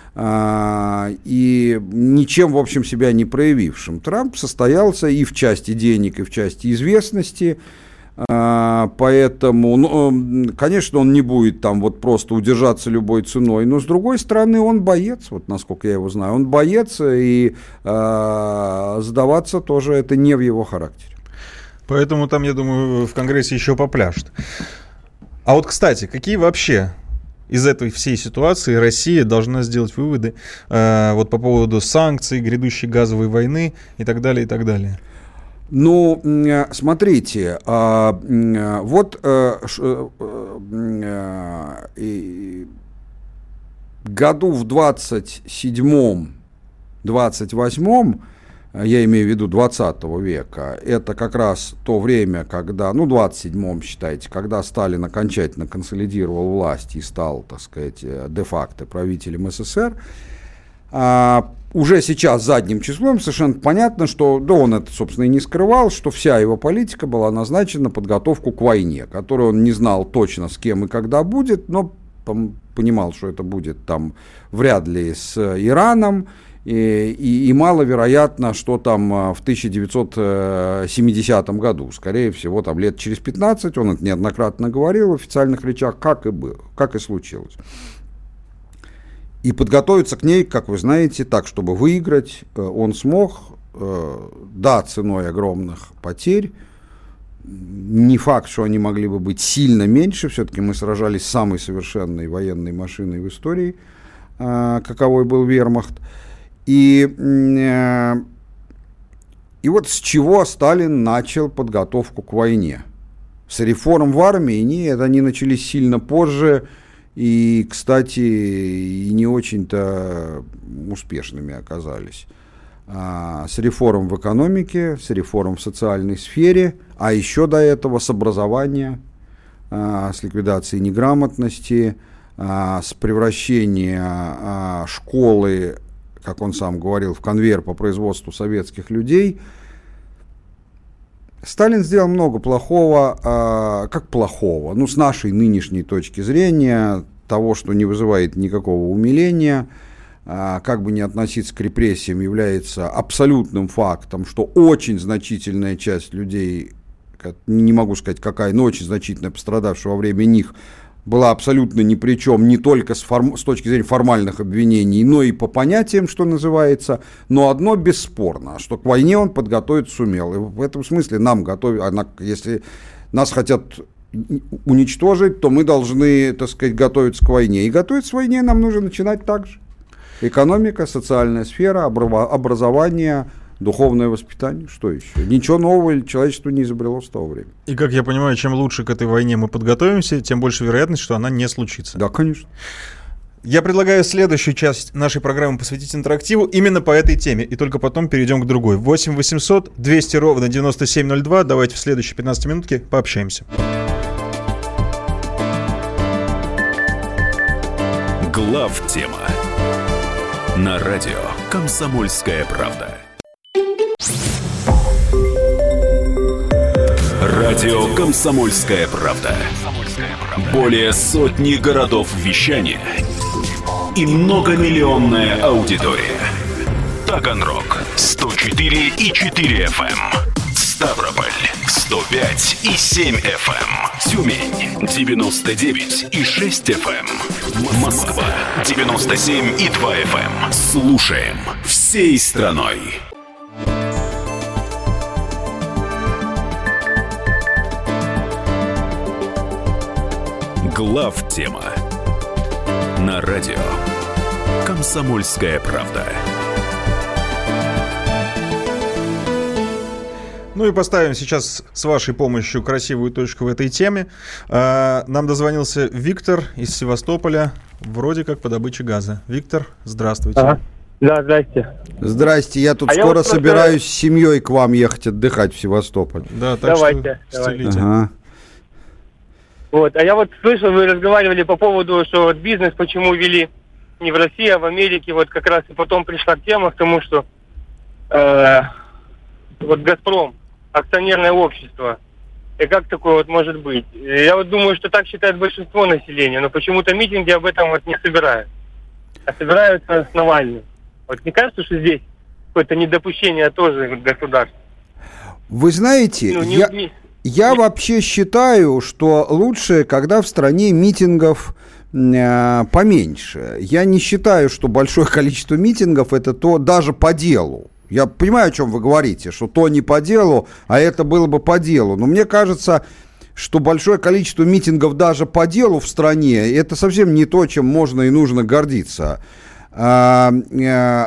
И ничем, в общем, себя не проявившим. Трамп состоялся и в части денег, и в части известности. Поэтому, ну, конечно, он не будет там вот просто удержаться любой ценой, но с другой стороны он боец, вот насколько я его знаю, он боец, и э, сдаваться тоже это не в его характере. Поэтому там, я думаю, в Конгрессе еще попляшут. А вот, кстати, какие вообще из этой всей ситуации Россия должна сделать выводы э, вот по поводу санкций, грядущей газовой войны и так далее, и так далее? Ну, смотрите, вот году в двадцать седьмом двадцать восьмом, я имею в виду двадцатого века, это как раз то время, когда, ну, двадцать седьмом, считайте, когда Сталин окончательно консолидировал власть и стал, так сказать, де-факто правителем СССР, уже сейчас задним числом совершенно понятно, что, да он это, собственно, и не скрывал, что вся его политика была назначена на подготовку к войне, которую он не знал точно с кем и когда будет, но понимал, что это будет там вряд ли с Ираном, и, и, и маловероятно, что там в тысяча девятьсот семидесятом году, скорее всего, там лет через пятнадцать, он это неоднократно говорил в официальных речах, как и было, как и случилось. И подготовиться к ней, как вы знаете, так, чтобы выиграть, он смог, да, ценой огромных потерь. Не факт, что они могли бы быть сильно меньше, все-таки мы сражались с самой совершенной военной машиной в истории, каковой был вермахт. И, и вот с чего Сталин начал подготовку к войне. С реформ в армии? Нет, они начались сильно позже. И, кстати, и не очень-то успешными оказались. А, с реформ в экономике, с реформ в социальной сфере, а еще до этого с образования, а, с ликвидацией неграмотности, а, с превращения а, школы, как он сам говорил, в конвейер по производству советских людей. Сталин сделал много плохого, э, как плохого, ну, с нашей нынешней точки зрения, того, что не вызывает никакого умиления, э, как бы ни относиться к репрессиям, является абсолютным фактом, что очень значительная часть людей, не могу сказать какая, но очень значительная, пострадавшая во время них, была абсолютно ни при чем, не только с, форм... с точки зрения формальных обвинений, но и по понятиям, что называется. Но одно бесспорно, что к войне он подготовиться сумел. И в этом смысле нам готовят, если нас хотят уничтожить, то мы должны, так сказать, готовиться к войне. И готовиться к войне нам нужно начинать так же. Экономика, социальная сфера, образование, духовное воспитание, что еще? Ничего нового человечество не изобрело с того времени. И, как я понимаю, чем лучше к этой войне мы подготовимся, тем больше вероятность, что она не случится. Да, конечно. Я предлагаю следующую часть нашей программы посвятить интерактиву именно по этой теме, и только потом перейдем к другой. восемь восемьсот двести ровно девяносто семь ноль два. Давайте в следующие пятнадцать минутки пообщаемся. Главтема на радио «Комсомольская правда». Радио «Комсомольская правда». Более сотни городов вещания и многомиллионная аудитория. Таганрог сто четыре и четыре эф эм, Ставрополь сто пять и семь эф эм, Тюмень девяносто девять и шесть эф эм, Москва девяносто семь и два эф эм. Слушаем всей страной. Главтема на радио «Комсомольская правда». Ну Ну и поставим сейчас с вашей помощью красивую точку в этой теме. Нам дозвонился Виктор из Севастополя, вроде как по добыче газа. Виктор, здравствуйте. Ага. Да, здрасте. Здрасте, я тут а скоро я вот собираюсь просто... с семьей к вам ехать отдыхать в Севастополь. Да, так давайте, что давайте. исцелите. Ага. Вот, а я вот слышал, вы разговаривали по поводу, что вот бизнес почему вели не в России, а в Америке. Вот как раз и потом пришла тема к тому, что э, вот «Газпром», акционерное общество, и как такое вот может быть? Я вот думаю, что так считает большинство населения, но почему-то митинги об этом вот не собирают, а собираются с Навальным. Вот не кажется, что здесь какое-то недопущение тоже государства? Вы знаете, Ну, не, я, не- я вообще считаю, что лучше, когда в стране митингов э, поменьше. Я не считаю, что большое количество митингов это то даже по делу. Я понимаю, о чем вы говорите, что то не по делу, а это было бы по делу. Но мне кажется, что большое количество митингов даже по делу в стране, это совсем не то, чем можно и нужно гордиться. А, а,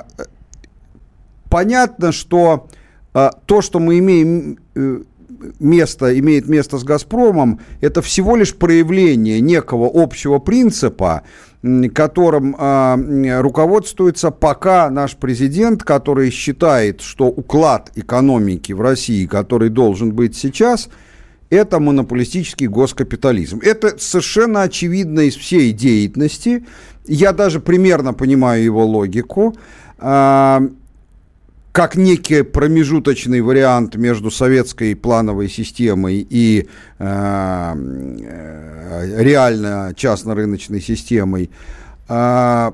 понятно, что а, то, что мы имеем место, имеет место с «Газпромом», это всего лишь проявление некого общего принципа, которым а, руководствуется пока наш президент, который считает, что уклад экономики в России, который должен быть сейчас, это монополистический госкапитализм. Это совершенно очевидно из всей деятельности. Я даже примерно понимаю его логику. А, как некий промежуточный вариант между советской плановой системой и э, э, реально частно-рыночной системой. Э,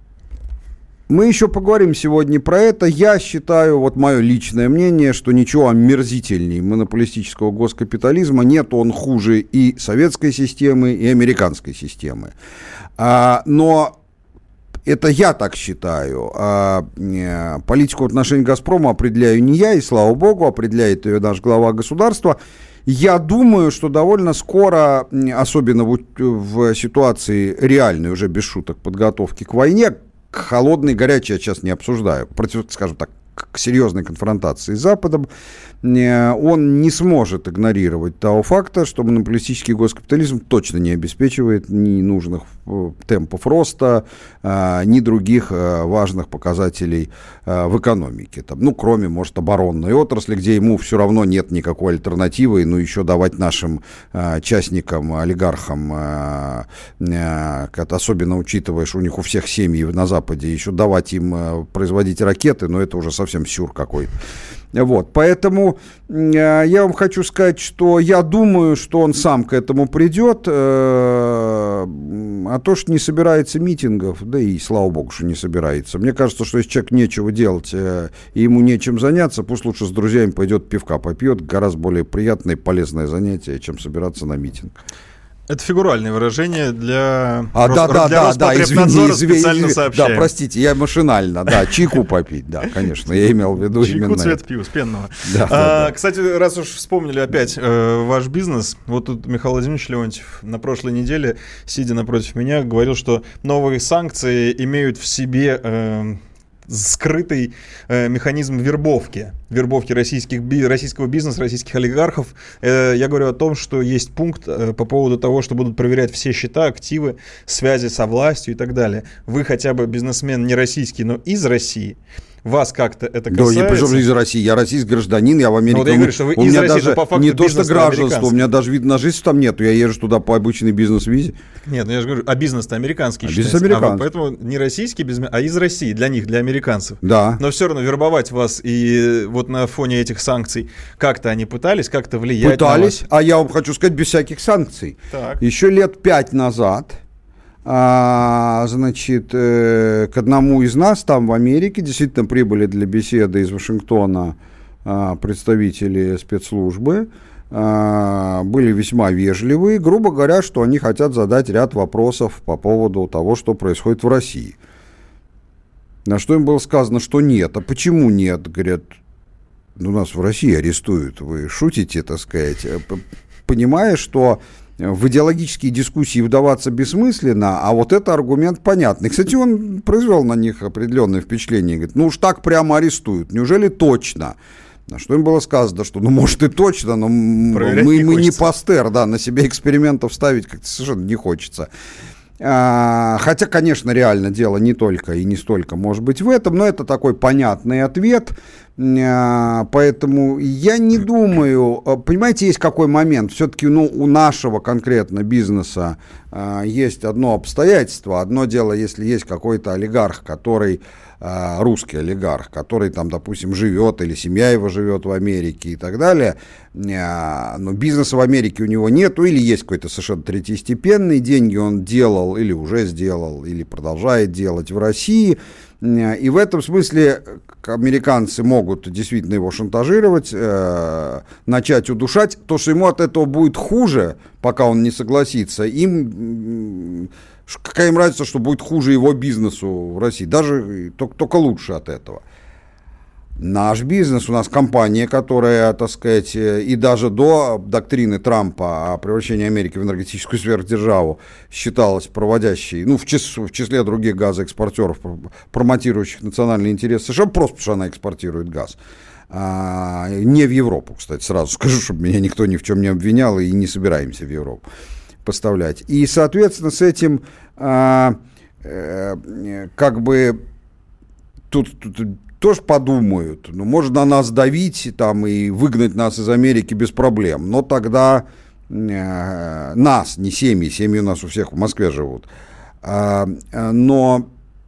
мы еще поговорим сегодня про это. Я считаю, вот мое личное мнение, что ничего омерзительней монополистического госкапитализма нет, он хуже и советской системы, и американской системы. Э, но это я так считаю. А, э, политику в отношении «Газпрома» определяю не я, и слава богу, определяет ее наш глава государства. Я думаю, что довольно скоро, особенно в, в ситуации реальной, уже без шуток, подготовки к войне, к холодной, горячей я сейчас не обсуждаю, против, скажем так, к серьезной конфронтации с Западом, он не сможет игнорировать того факта, что монополистический госкапитализм точно не обеспечивает ни нужных темпов роста, ни других важных показателей в экономике. Там, ну, кроме, может, оборонной отрасли, где ему все равно нет никакой альтернативы, ну, еще давать нашим частникам, олигархам, особенно учитывая, что у них у всех семьи на Западе, еще давать им производить ракеты, но это уже совсем сюр какой-то. Вот, поэтому э, я вам хочу сказать, что я думаю, что он сам к этому придет, э, а то, что не собирается митингов, да и слава богу, что не собирается. Мне кажется, что если человек нечего делать э, и ему нечем заняться, пусть лучше с друзьями пойдет пивка попьет, гораздо более приятное и полезное занятие, чем собираться на митинг. Это фигуральное выражение для, а, Рос... да, да, для да, Роспотребнадзора, да, извини, специально извини, сообщаем. Да, простите, я машинально, да, чайку попить, да, конечно, я имел в виду чайку именно цвет это. пива, с пенного. Да, а, да, да. Кстати, раз уж вспомнили опять э, ваш бизнес, вот тут Михаил Владимирович Леонтьев на прошлой неделе, сидя напротив меня, говорил, что новые санкции имеют в себе... Э, скрытый э, механизм вербовки, вербовки российских, би, российского бизнеса, российских олигархов. Э, я говорю о том, что есть пункт э, по поводу того, что будут проверять все счета, активы, связи со властью и так далее. Вы хотя бы бизнесмен не российский, но из России. Вас как-то это касается? Да, я причем из России. Я российский гражданин, я в Америке. Ну, вот я говорю, что вы у из меня России, даже по факту не то, что гражданство, американский. у меня даже вид на жительство там нету. Я езжу туда по обычной бизнес-визе. Нет, ну я же говорю, а бизнес-то американский А считается. бизнес американский. А поэтому не российский бизнес, а из России, для них, для американцев. Да. Но все равно вербовать вас и вот на фоне этих санкций как-то они пытались, как-то влиять Пытались, на вас? а я вам хочу сказать, без всяких санкций. Так. Еще лет пять назад, а, значит, э, к одному из нас там в Америке действительно прибыли для беседы из Вашингтона а, представители спецслужбы, а, были весьма вежливые, грубо говоря, что они хотят задать ряд вопросов по поводу того, что происходит в России. На что им было сказано, что нет. А почему нет? Говорят, ну, нас в России арестуют. Вы шутите, так сказать, понимая, что в идеологические дискуссии вдаваться бессмысленно, а вот это аргумент понятный. Кстати, он произвел на них определенное впечатление. Говорит, ну уж так прямо арестуют. Неужели точно? На что им было сказано, что, ну, может, и точно, но мы, не мы не Пастер, да, на себе экспериментов ставить как-то совершенно не хочется. А, хотя, конечно, реально дело не только и не столько, может быть, в этом, но это такой понятный ответ. А, поэтому я не думаю, понимаете, есть какой момент. Все-таки, ну, у нашего конкретно бизнеса а, есть одно обстоятельство. Одно дело, если есть какой-то олигарх, который... русский олигарх, который там, допустим, живет, или семья его живет в Америке и так далее, но бизнеса в Америке у него нету, или есть какой-то совершенно третьестепенный, деньги он делал, или уже сделал, или продолжает делать в России, и в этом смысле американцы могут действительно его шантажировать, начать удушать, то, что ему от этого будет хуже, пока он не согласится, им... Какая им разница, что будет хуже его бизнесу в России? Даже только, только лучше от этого. Наш бизнес, у нас компания, которая, так сказать, и даже до доктрины Трампа о превращении Америки в энергетическую сверхдержаву считалась проводящей, ну, в, чис, в числе других газоэкспортеров, промотирующих национальные интересы США, просто потому что она экспортирует газ. А, не в Европу, кстати, сразу скажу, чтобы меня никто ни в чем не обвинял, и не собираемся в Европу поставлять. И, соответственно, с этим а, а, как бы тут, тут тоже подумают, ну, можно на нас давить там, и выгнать нас из Америки без проблем, но тогда а, нас, не семьи, семьи у нас у всех в Москве живут, а, но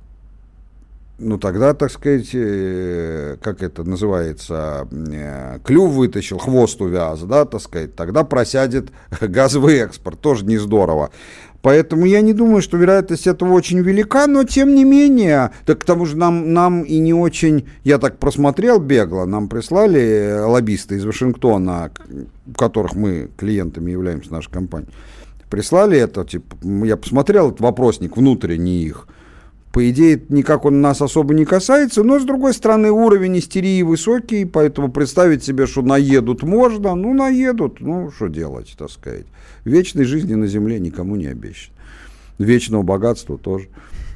ну, тогда, так сказать, как это называется, клюв вытащил, хвост увяз, да, так сказать, тогда просядет газовый экспорт, тоже не здорово. Поэтому я не думаю, что вероятность этого очень велика, но тем не менее, так к тому же нам, нам и не очень, я так просмотрел бегло, нам прислали лоббисты из Вашингтона, которых мы клиентами являемся, нашей компании, прислали это, типа, я посмотрел этот вопросник внутренний их. По идее, никак он нас особо не касается, но, с другой стороны, уровень истерии высокий, поэтому представить себе, что наедут можно, ну, наедут, ну, что делать, так сказать. Вечной жизни на земле никому не обещано. Вечного богатства тоже.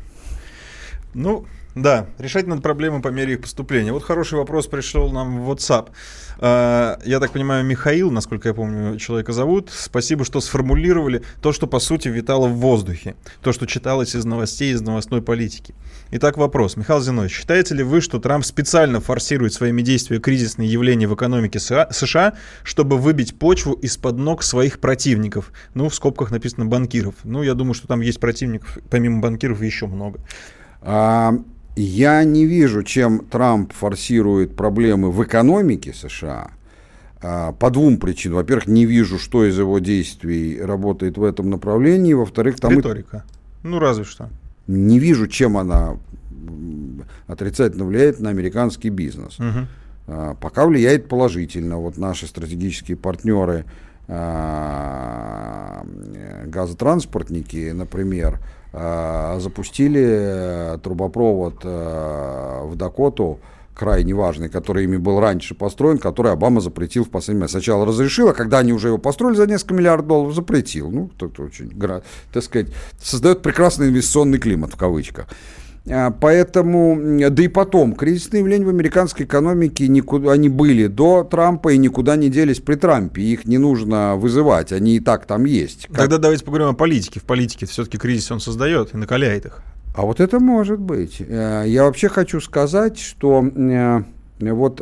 Ну, да, решать надо проблемы по мере их поступления. Вот хороший вопрос пришел нам в WhatsApp. Я так понимаю, Михаил, насколько я помню, человека зовут. Спасибо, что сформулировали то, что по сути витало в воздухе. То, что читалось из новостей, из новостной политики. Итак, вопрос. Михаил Зинович, считаете ли вы, что Трамп специально форсирует своими действиями кризисные явления в экономике США, чтобы выбить почву из-под ног своих противников? Ну, в скобках написано банкиров. Ну, я думаю, что там есть противников, помимо банкиров, еще много. А... Я не вижу, чем Трамп форсирует проблемы в экономике США по двум причинам. Во-первых, не вижу, что из его действий работает в этом направлении. Во-вторых, там... Риторика. И... Ну, разве что. Не вижу, чем она отрицательно влияет на американский бизнес. Угу. Пока влияет положительно. Вот наши стратегические партнеры, газотранспортники, например, запустили трубопровод в Дакоту, крайне важный, который ими был раньше построен, который Обама запретил в последний момент. Сначала разрешил, а когда они уже его построили за несколько миллиардов долларов, запретил. Ну, это очень, так сказать, создает прекрасный инвестиционный климат, в кавычках. Поэтому, да и потом, кризисные явления в американской экономике, никуда, они были до Трампа и никуда не делись при Трампе. Их не нужно вызывать, они и так там есть. Как... Тогда давайте поговорим о политике. В политике все-таки кризис он создает и накаляет их. А вот это может быть. Я вообще хочу сказать, что вот...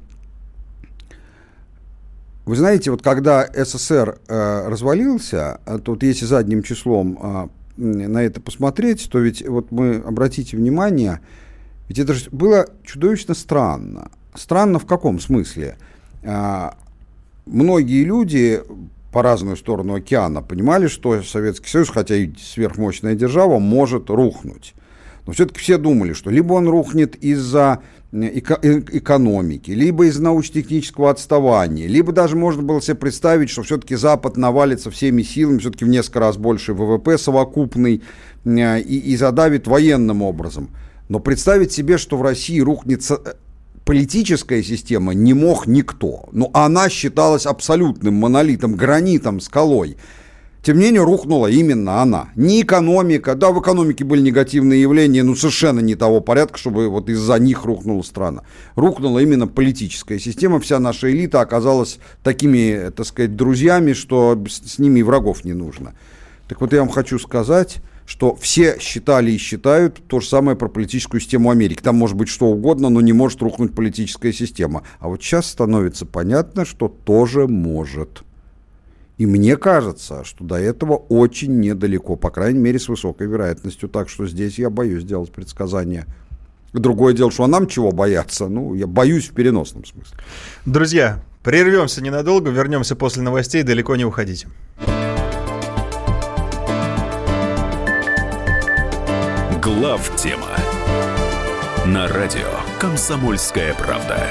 Вы знаете, вот когда СССР развалился, тут если задним числом... на это посмотреть, то ведь вот мы, обратите внимание, ведь это же было чудовищно странно. Странно в каком смысле? А, многие люди по разную сторону океана понимали, что Советский Союз, хотя и сверхмощная держава, может рухнуть. Но все-таки все думали, что либо он рухнет из-за эко- экономики, либо из-за научно-технического отставания, либо даже можно было себе представить, что все-таки Запад навалится всеми силами, все-таки в несколько раз больше ВВП совокупный и, и задавит военным образом. Но представить себе, что в России рухнет политическая система, не мог никто. Но она считалась абсолютным монолитом, гранитом, скалой. Тем не менее, рухнула именно она. Не экономика. Да, в экономике были негативные явления, но совершенно не того порядка, чтобы вот из-за них рухнула страна. Рухнула именно политическая система. Вся наша элита оказалась такими, так сказать, друзьями, что с ними и врагов не нужно. Так вот, я вам хочу сказать, что все считали и считают то же самое про политическую систему Америки. Там может быть что угодно, но не может рухнуть политическая система. А вот сейчас становится понятно, что тоже может. И мне кажется, что до этого очень недалеко, по крайней мере, с высокой вероятностью. Так что здесь я боюсь делать предсказания. Другое дело, что а нам чего бояться? Ну, я боюсь в переносном смысле. Друзья, прервемся ненадолго, вернемся после новостей, далеко не уходите. Главтема на радио «Комсомольская правда».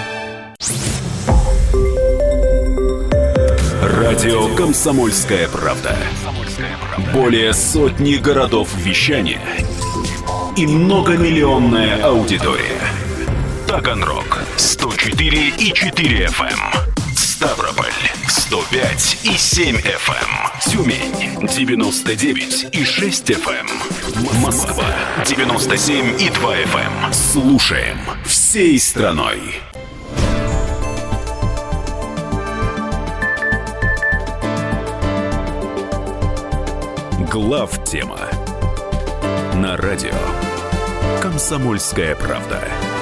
Радио «Комсомольская правда». Более сотни городов вещания и многомиллионная аудитория. Таганрог сто четыре и четыре эф эм, Ставрополь сто пять и семь эф эм, Тюмень девяносто девять и шесть эф эм, Москва девяносто семь и два эф эм. Слушаем всей страной. Главтема на радио «Комсомольская правда».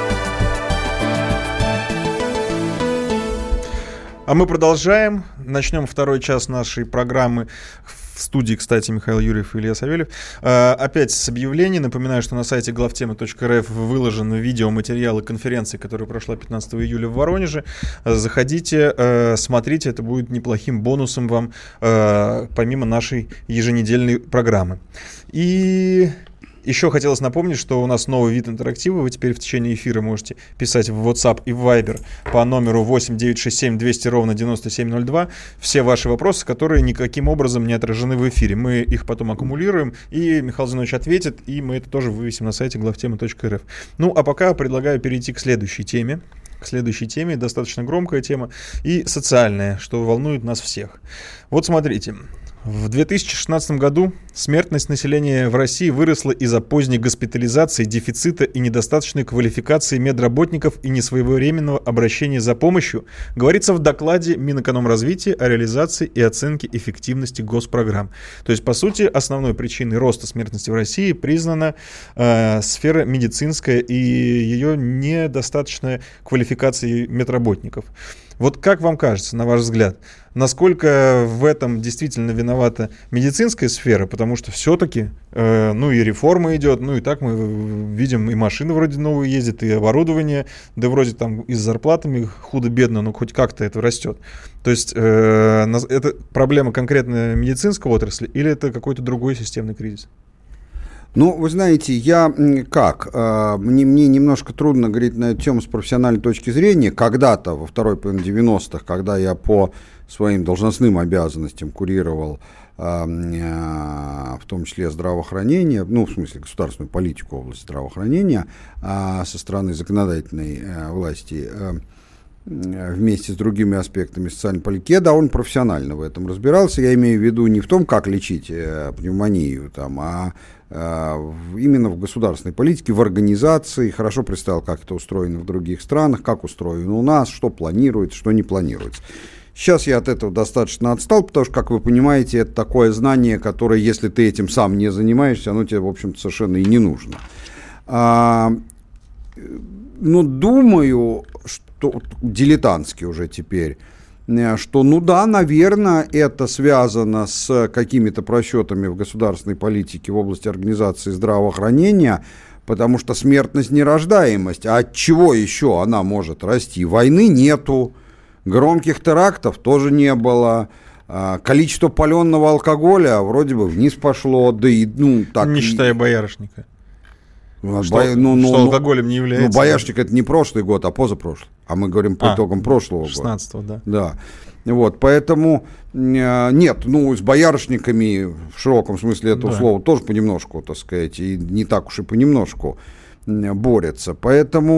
А мы продолжаем. Начнем второй час нашей программы. В студии, кстати, Михаил Юрьев и Илья Савельев. А, опять с объявлений. Напоминаю, что на сайте главтема точка эр эф выложены видеоматериалы конференции, которая прошла пятнадцатого июля в Воронеже. Заходите, э, смотрите, это будет неплохим бонусом вам, э, помимо нашей еженедельной программы. И... Еще хотелось напомнить, что у нас новый вид интерактива. Вы теперь в течение эфира можете писать в WhatsApp и в Viber по номеру восемь девятьсот шестьдесят семь двести ровно девяносто семь ноль два. Все ваши вопросы, которые никаким образом не отражены в эфире. Мы их потом аккумулируем, и Михаил Зинович ответит, и мы это тоже вывесим на сайте главтема точка эр эф. Ну, а пока предлагаю перейти к следующей теме. К следующей теме, достаточно громкая тема и социальная, что волнует нас всех. Вот смотрите. В две тысячи шестнадцатом году смертность населения в России выросла из-за поздней госпитализации, дефицита и недостаточной квалификации медработников и несвоевременного обращения за помощью, говорится в докладе Минэкономразвития о реализации и оценке эффективности госпрограмм. То есть, по сути, основной причиной роста смертности в России признана э, сфера медицинская и ее недостаточная квалификация медработников. Вот как вам кажется, на ваш взгляд, насколько в этом действительно виновата медицинская сфера, потому что все-таки, э, ну и реформа идет, ну и так мы видим, и машины вроде новые ездят, и оборудование, да вроде там и с зарплатами худо-бедно, но хоть как-то это растет. То есть э, это проблема конкретно медицинской отрасли или это какой-то другой системный кризис? Ну, вы знаете, я как, мне, мне немножко трудно говорить на эту тему с профессиональной точки зрения. Когда-то, во второй половине девяностых, когда я по своим должностным обязанностям курировал, в том числе здравоохранение, ну, в смысле, государственную политику в области здравоохранения со стороны законодательной власти, вместе с другими аспектами социальной политики, я довольно профессионально в этом разбирался. Я имею в виду не в том, как лечить пневмонию, там, а именно в государственной политике, в организации, хорошо представил, как это устроено в других странах, как устроено у нас, что планируется, что не планируется. Сейчас я от этого достаточно отстал, потому что, как вы понимаете, это такое знание, которое, если ты этим сам не занимаешься, оно тебе, в общем-то, совершенно и не нужно. А, но думаю, что дилетантски уже теперь, что, ну да, наверное, это связано с какими-то просчетами в государственной политике в области организации здравоохранения, потому что смертность не рождаемость. А от чего еще она может расти? Войны нету, громких терактов тоже не было, количество паленого алкоголя вроде бы вниз пошло, да и, ну, так... Не считая боярышника. Что, Бо... ну, ну, что ну, алкоголем не является. Ну, боярышник это не прошлый год, а позапрошлый. А мы говорим по а, итогам прошлого шестнадцатого, года. Да. Да. Вот, поэтому э, нет, ну, с боярышниками в широком смысле этого да. слова тоже понемножку, так сказать, и не так уж и понемножку борются. Поэтому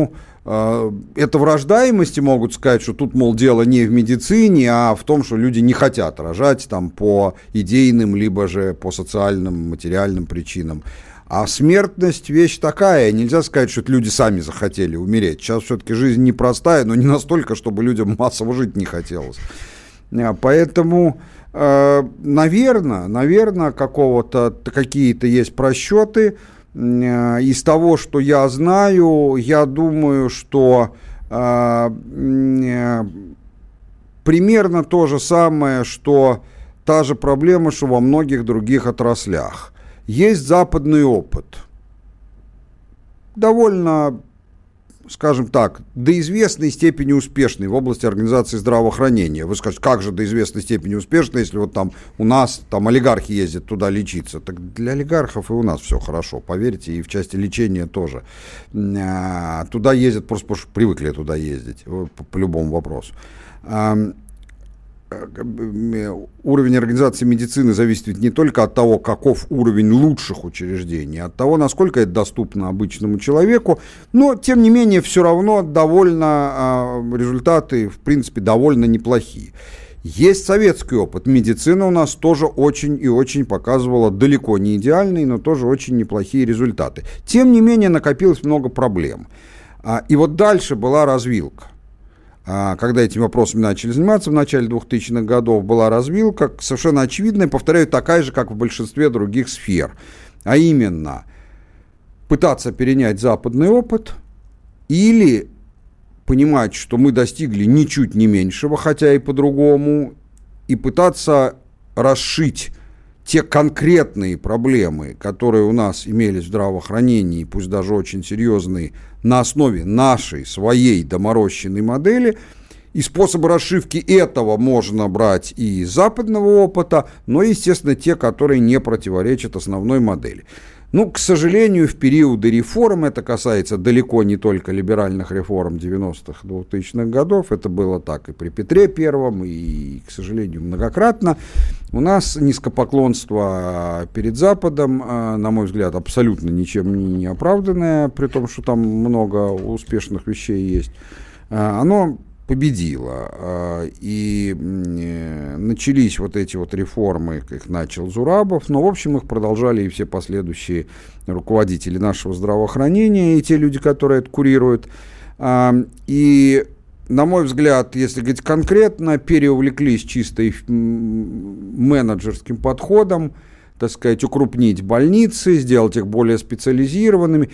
это в рождаемости могут сказать, что тут, мол, дело не в медицине, а в том, что люди не хотят рожать там, по идейным, либо же по социальным, материальным причинам. А смертность вещь такая, нельзя сказать, что это люди сами захотели умереть. Сейчас все-таки жизнь непростая, но не настолько, чтобы людям массово жить не хотелось. Поэтому, наверное, наверное, какого-то, какие-то есть просчеты. Из того, что я знаю, я думаю, что э, э, примерно то же самое, что та же проблема, что во многих других отраслях. Есть западный опыт. Довольно, скажем так, до известной степени успешный в области организации здравоохранения. Вы скажете, как же до известной степени успешный, если вот там у нас там олигархи ездят туда лечиться. Так для олигархов и у нас все хорошо, поверьте, и в части лечения тоже. Туда ездят просто потому, что привыкли туда ездить по, по любому вопросу. Уровень организации медицины зависит ведь не только от того, каков уровень лучших учреждений, а от того, насколько это доступно обычному человеку, но, тем не менее, все равно довольно, результаты, в принципе, довольно неплохие. Есть советский опыт. Медицина у нас тоже очень и очень показывала далеко не идеальные, но тоже очень неплохие результаты. Тем не менее, накопилось много проблем. И вот дальше была развилка. Когда этими вопросами начали заниматься в начале двухтысячных годов, была развилка, совершенно очевидная, повторяю, такая же, как в большинстве других сфер. А именно, пытаться перенять западный опыт или понимать, что мы достигли ничуть не меньшего, хотя и по-другому, и пытаться расшить те конкретные проблемы, которые у нас имелись в здравоохранении, пусть даже очень серьезные, на основе нашей, своей доморощенной модели. И способы расшивки этого можно брать и из западного опыта, но, естественно, те, которые не противоречат основной модели. Ну, к сожалению, в периоды реформ, это касается далеко не только либеральных реформ девяностых, двухтысячных годов, это было так и при Петре Первом, и, к сожалению, многократно, у нас низкопоклонство перед Западом, на мой взгляд, абсолютно ничем не оправданное, при том, что там много успешных вещей есть, оно победила, и начались вот эти вот реформы, их начал Зурабов, но, в общем, их продолжали и все последующие руководители нашего здравоохранения, и те люди, которые это курируют. И, на мой взгляд, если говорить конкретно, переувлеклись чисто менеджерским подходом, так сказать, укрупнить больницы, сделать их более специализированными.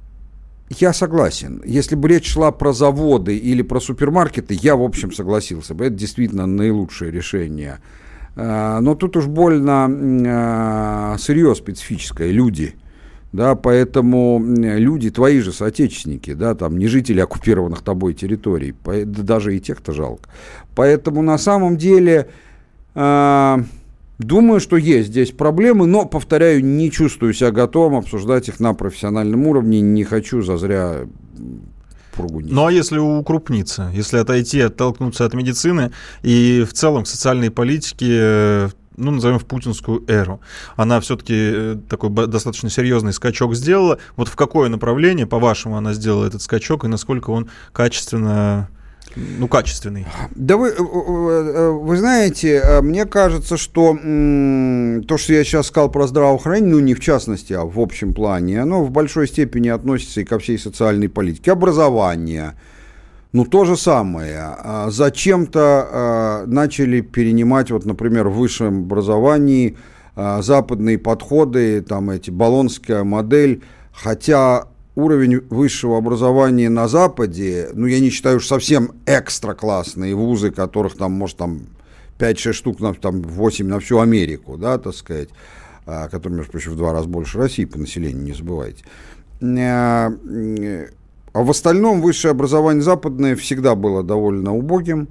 Я согласен. Если бы речь шла про заводы или про супермаркеты, я, в общем, согласился бы. Это действительно наилучшее решение. Но тут уж больно сырье специфическое, люди. Да, поэтому люди, твои же соотечественники, да, там, не жители оккупированных тобой территорий, даже и тех-то жалко. Поэтому на самом деле... Думаю, что есть здесь проблемы, но, повторяю, не чувствую себя готовым обсуждать их на профессиональном уровне, не хочу зазря пругу нести. Ну а если укрупниться, если отойти, оттолкнуться от медицины и в целом к социальной политике, ну, назовем в путинскую эру, она все-таки такой достаточно серьезный скачок сделала. Вот в какое направление, по-вашему, она сделала этот скачок и насколько он качественно... Ну, качественный. Да вы, вы знаете, мне кажется, что м, то, что я сейчас сказал про здравоохранение, ну, не в частности, а в общем плане, оно в большой степени относится и ко всей социальной политике. Образование, ну, то же самое. Зачем-то начали перенимать, вот, например, в высшем образовании западные подходы, там, эти, болонская модель, хотя... Уровень высшего образования на Западе, ну, я не считаю уж совсем экстра классные вузы, которых там, может, там пять-шесть штук, там восемь на всю Америку, да, так сказать, которые, между прочим, в два раза больше России по населению, не забывайте. А в остальном высшее образование западное всегда было довольно убогим,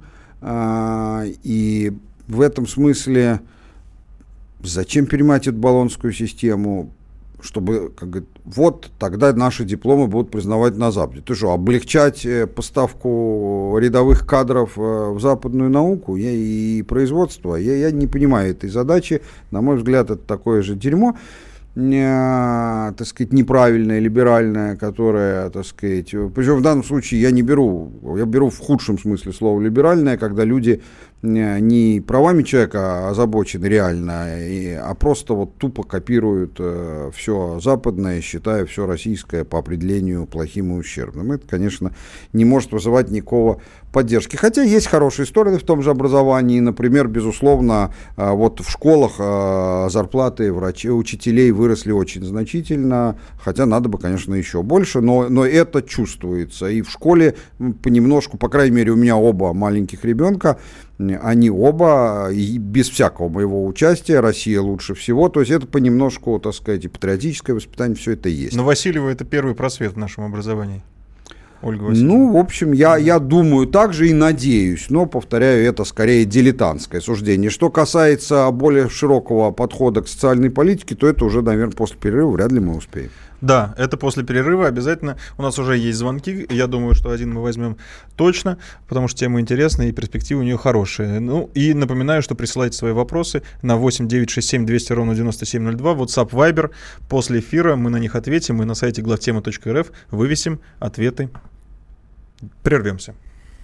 и в этом смысле зачем перенимать эту болонскую систему? Чтобы, как говорят, вот тогда наши дипломы будут признавать на Западе. Ты что, облегчать поставку рядовых кадров в западную науку и производство? Я, я не понимаю этой задачи. На мой взгляд, это такое же дерьмо. э, так сказать, неправильная, либеральная, которая, так сказать, причем в данном случае я не беру, я беру в худшем смысле слова либеральная, когда люди не правами человека озабочены реально, а просто вот тупо копируют э, все западное, считая все российское по определению плохим и ущербным. Это, конечно, не может вызывать никакого поддержки. Хотя есть хорошие истории в том же образовании. Например, безусловно, э, вот в школах э, зарплаты врачей, учителей выросли очень значительно, хотя надо бы, конечно, еще больше, но, но это чувствуется. И в школе понемножку, по крайней мере, у меня оба маленьких ребенка, они оба, и без всякого моего участия, Россия лучше всего, то есть это понемножку, так сказать, и патриотическое воспитание, все это есть. Но Васильева — это первый просвет в нашем образовании. Ольга Васильевна. Ну, в общем, я, я думаю так же и надеюсь, но, повторяю, это скорее дилетантское суждение. Что касается более широкого подхода к социальной политике, то это уже, наверное, после перерыва вряд ли мы успеем. Да, это после перерыва обязательно. У нас уже есть звонки. Я думаю, что один мы возьмем точно, потому что тема интересная и перспективы у нее хорошие. Ну и напоминаю, что присылайте свои вопросы на восемь девятьсот шестьдесят семь двести ровно девяносто семь ноль два. WhatsApp, Viber. После эфира мы на них ответим. И на сайте главтема точка эр эф вывесим ответы. Прервемся.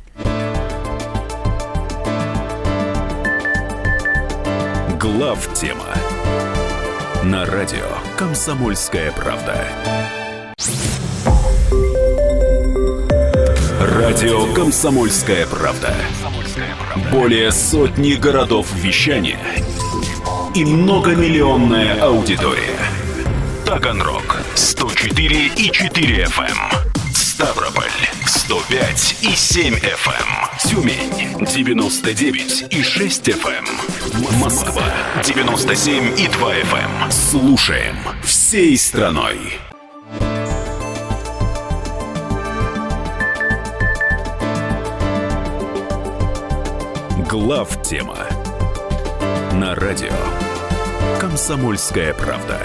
Главтема на радио «Комсомольская правда». Радио «Комсомольская правда». Более сотни городов вещания и многомиллионная аудитория. Таганрог сто четыре и четыре эф эм, Ставрополь сто пять и семь эф эм, Тюмень девяносто девять и шесть эф эм, Москва девяносто семь и два эф эм. Слушаем всей страной. Главтема на радио «Комсомольская правда».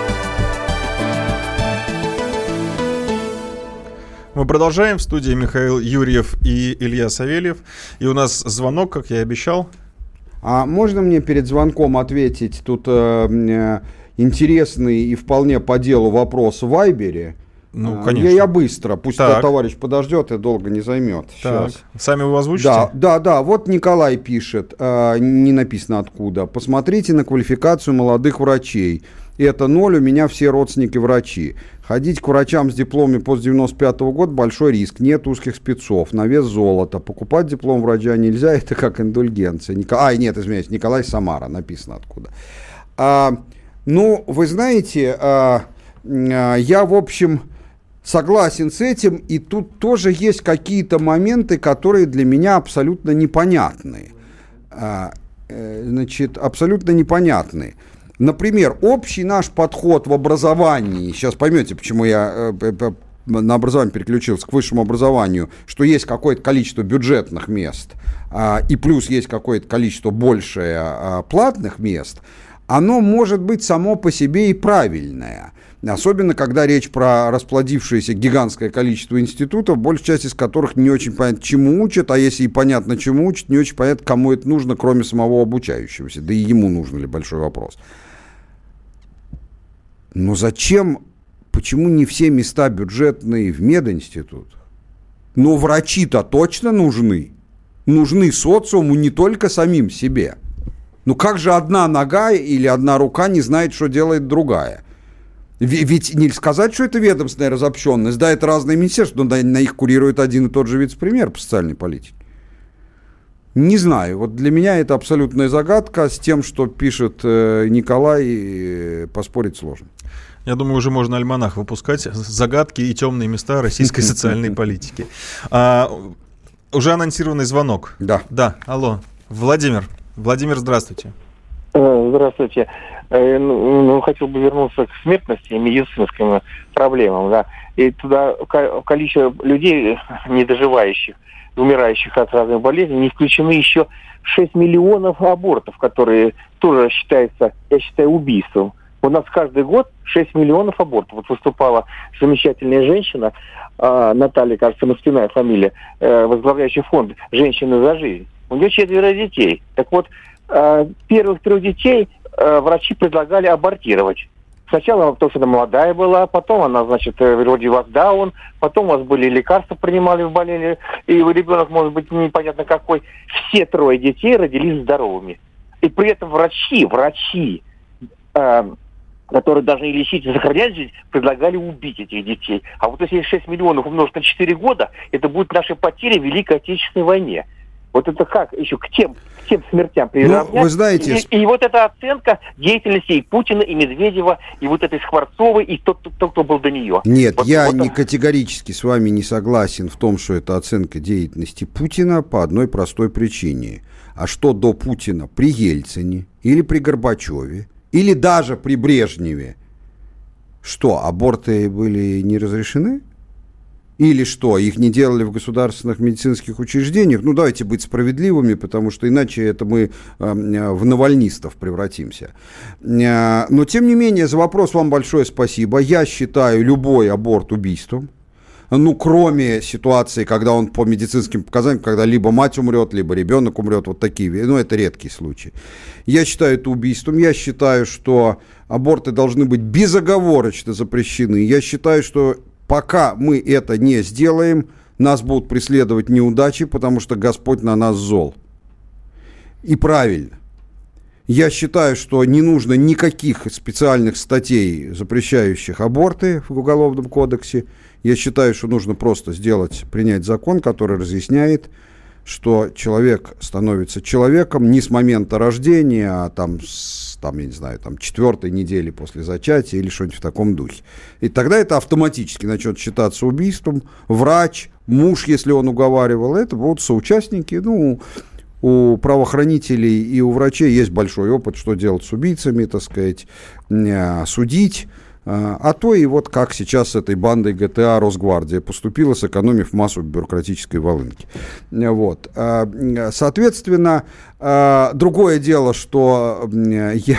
Мы продолжаем. В студии Михаил Юрьев и Илья Савельев. И у нас звонок, как я и обещал. А можно мне перед звонком ответить? Тут э, интересный и вполне по делу вопрос в Вайбере. Ну, конечно. Я, я быстро, пусть так. товарищ подождет и долго не займет. Так. Сейчас. Сами вы озвучите? Да, да, да. Вот Николай пишет, э, не написано откуда. Посмотрите на квалификацию молодых врачей. Это ноль, у меня все родственники врачи. Ходить к врачам с дипломами после девяносто пятого года большой риск. Нет узких спецов, на вес золота. Покупать диплом врача нельзя, это как индульгенция. Никол... А, нет, извиняюсь, Николай Самара, написано откуда. А, ну, вы знаете, а, а, я, в общем, согласен с этим, и тут тоже есть какие-то моменты, которые для меня абсолютно непонятны. А, э, значит, абсолютно непонятны. Например, общий наш подход в образовании, сейчас поймете, почему я э, на образование переключился, к высшему образованию, что есть какое-то количество бюджетных мест, э, и плюс есть какое-то количество большее э, платных мест, оно может быть само по себе и правильное. Особенно, когда речь про расплодившееся гигантское количество институтов, большая часть из которых не очень понятно, чему учат, а если и понятно, чему учат, не очень понятно, кому это нужно, кроме самого обучающегося. Да и ему нужно ли, большой вопрос. Но зачем, почему не все места бюджетные в мединститут? Но врачи-то точно нужны. Нужны социуму, не только самим себе. Ну как же одна нога или одна рука не знает, что делает другая? Ведь не сказать, что это ведомственная разобщенность. Да, это разные министерства, но на их курирует один и тот же вице-премьер по социальной политике. Не знаю. Вот для меня это абсолютная загадка. С тем, что пишет э, Николай, э, поспорить сложно. Я думаю, уже можно альманах выпускать. Загадки и темные места российской социальной политики. А, уже анонсированный звонок. Да. Да, алло. Владимир. Владимир, здравствуйте. Здравствуйте. Ну, хотел бы вернуться к смертности и медицинским проблемам, да. И туда количество людей, недоживающих, умирающих от разных болезней, не включены еще шесть миллионов абортов, которые тоже считаются, я считаю, убийством. У нас каждый год шесть миллионов абортов. Вот выступала замечательная женщина, Наталья, кажется, Москвиная фамилия, возглавляющая фонд «Женщины за жизнь». У нее четверо детей. Так вот, первых трех детей врачи предлагали абортировать. Сначала то, что она молодая была, потом она, значит, вроде локдаун, потом у вас были лекарства, принимали, болели, и ребенок, может быть, непонятно какой. Все трое детей родились здоровыми. И при этом врачи, врачи, э, которые должны лечить и сохранять жизнь, предлагали убить этих детей. А вот если шесть миллионов умножить на четыре года, это будет наша потеря в Великой Отечественной войне. Вот это как еще к тем, к тем смертям приравнять? Ну, вы знаете... И, и вот эта оценка деятельности и Путина, и Медведева, и вот этой Скворцовой, и тот, кто, кто был до нее. Нет, вот, я вот не это... категорически с вами не согласен в том, что это оценка деятельности Путина по одной простой причине. А что до Путина при Ельцине или при Горбачеве, или даже при Брежневе, что, аборты были не разрешены? Или что, их не делали в государственных медицинских учреждениях? Ну, давайте быть справедливыми, потому что иначе это мы э, в навальнистов превратимся. Э, но, тем не менее, за вопрос вам большое спасибо. Я считаю любой аборт убийством. Ну, кроме ситуации, когда он по медицинским показаниям, когда либо мать умрет, либо ребенок умрет, вот такие, ну, это редкий случай. Я считаю это убийством. Я считаю, что аборты должны быть безоговорочно запрещены. Я считаю, что пока мы это не сделаем, нас будут преследовать неудачи, потому что Господь на нас зол. И правильно. Я считаю, что не нужно никаких специальных статей, запрещающих аборты в Уголовном кодексе. Я считаю, что нужно просто сделать, принять закон, который разъясняет, что человек становится человеком не с момента рождения, а там, с, там, я не знаю, там, четвертой недели после зачатия или что-нибудь в таком духе. И тогда это автоматически начнет считаться убийством. Врач, муж, если он уговаривал, это будут соучастники. Ну, у правоохранителей и у врачей есть большой опыт, что делать с убийцами, так сказать, судить. А то и вот как сейчас с этой бандой ГТА Росгвардия поступила, сэкономив массу бюрократической волынки. Вот. Соответственно, другое дело, что я...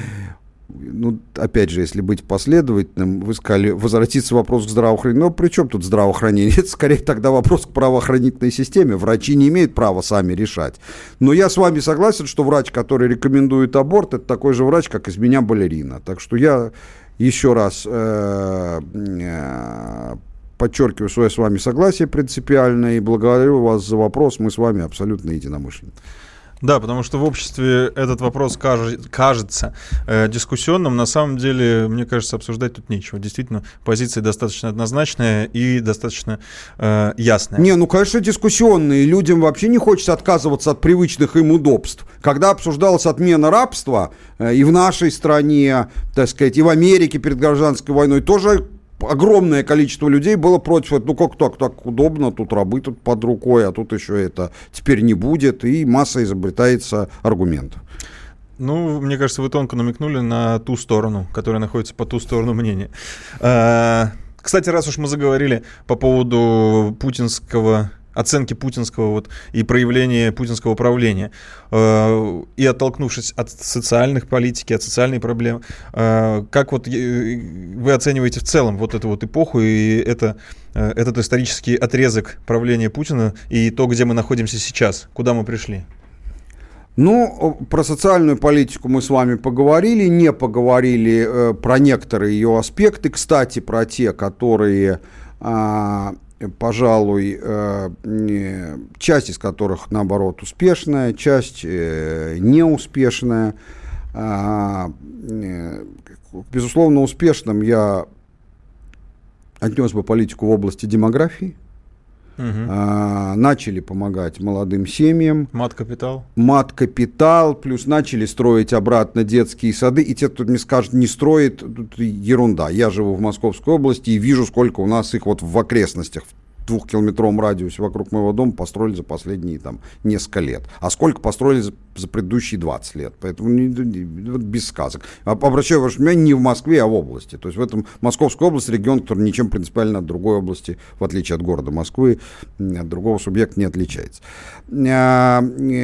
Ну, опять же, если быть последовательным, вы сказали, возвратиться вопрос к здравоохранению. Но при чем тут здравоохранение? Это скорее тогда вопрос к правоохранительной системе. Врачи не имеют права сами решать. Но я с вами согласен, что врач, который рекомендует аборт, это такой же врач, как из меня балерина. Так что я еще раз э, э, подчеркиваю свое с вами согласие принципиальное и благодарю вас за вопрос. Мы с вами абсолютно единомышленники. Да, потому что в обществе этот вопрос каж- кажется э, дискуссионным. На самом деле, мне кажется, обсуждать тут нечего. Действительно, позиция достаточно однозначная и достаточно э, ясная. Не, ну, конечно, дискуссионные. Людям вообще не хочется отказываться от привычных им удобств. Когда обсуждалась отмена рабства э, и в нашей стране, так сказать, и в Америке перед гражданской войной, тоже огромное количество людей было против. Ну, как так, так удобно, тут рабы тут под рукой, а тут еще это теперь не будет, и масса изобретается аргументов. Ну, мне кажется, вы тонко намекнули на ту сторону, которая находится по ту сторону мнения. Кстати, раз уж мы заговорили по поводу путинского... оценки путинского вот, и проявления путинского правления. Э, и оттолкнувшись от социальных политики, от социальной проблемы, э, как вот э, вы оцениваете в целом вот эту вот эпоху и это, э, этот исторический отрезок правления Путина и то, где мы находимся сейчас, куда мы пришли? Ну, про социальную политику мы с вами поговорили, не поговорили э, про некоторые ее аспекты, кстати, про те, которые... Э, пожалуй, часть из которых, наоборот, успешная, часть неуспешная. Безусловно, успешным я отнес бы политику в области демографии. Угу. Начали помогать молодым семьям. Мат-капитал. Мат-капитал, плюс начали строить обратно детские сады. И те, кто мне скажет, не строит, тут ерунда. Я живу в Московской области и вижу, сколько у нас их вот в окрестностях, в двухкилометровом радиусе вокруг моего дома построили за последние там несколько лет. А сколько построили за, за предыдущие двадцать лет. Поэтому не, не, без сказок. Обращаю ваше внимание, не в Москве, а в области. То есть в этом Московская область регион, который ничем принципиально от другой области, в отличие от города Москвы, от другого субъекта не отличается. Я,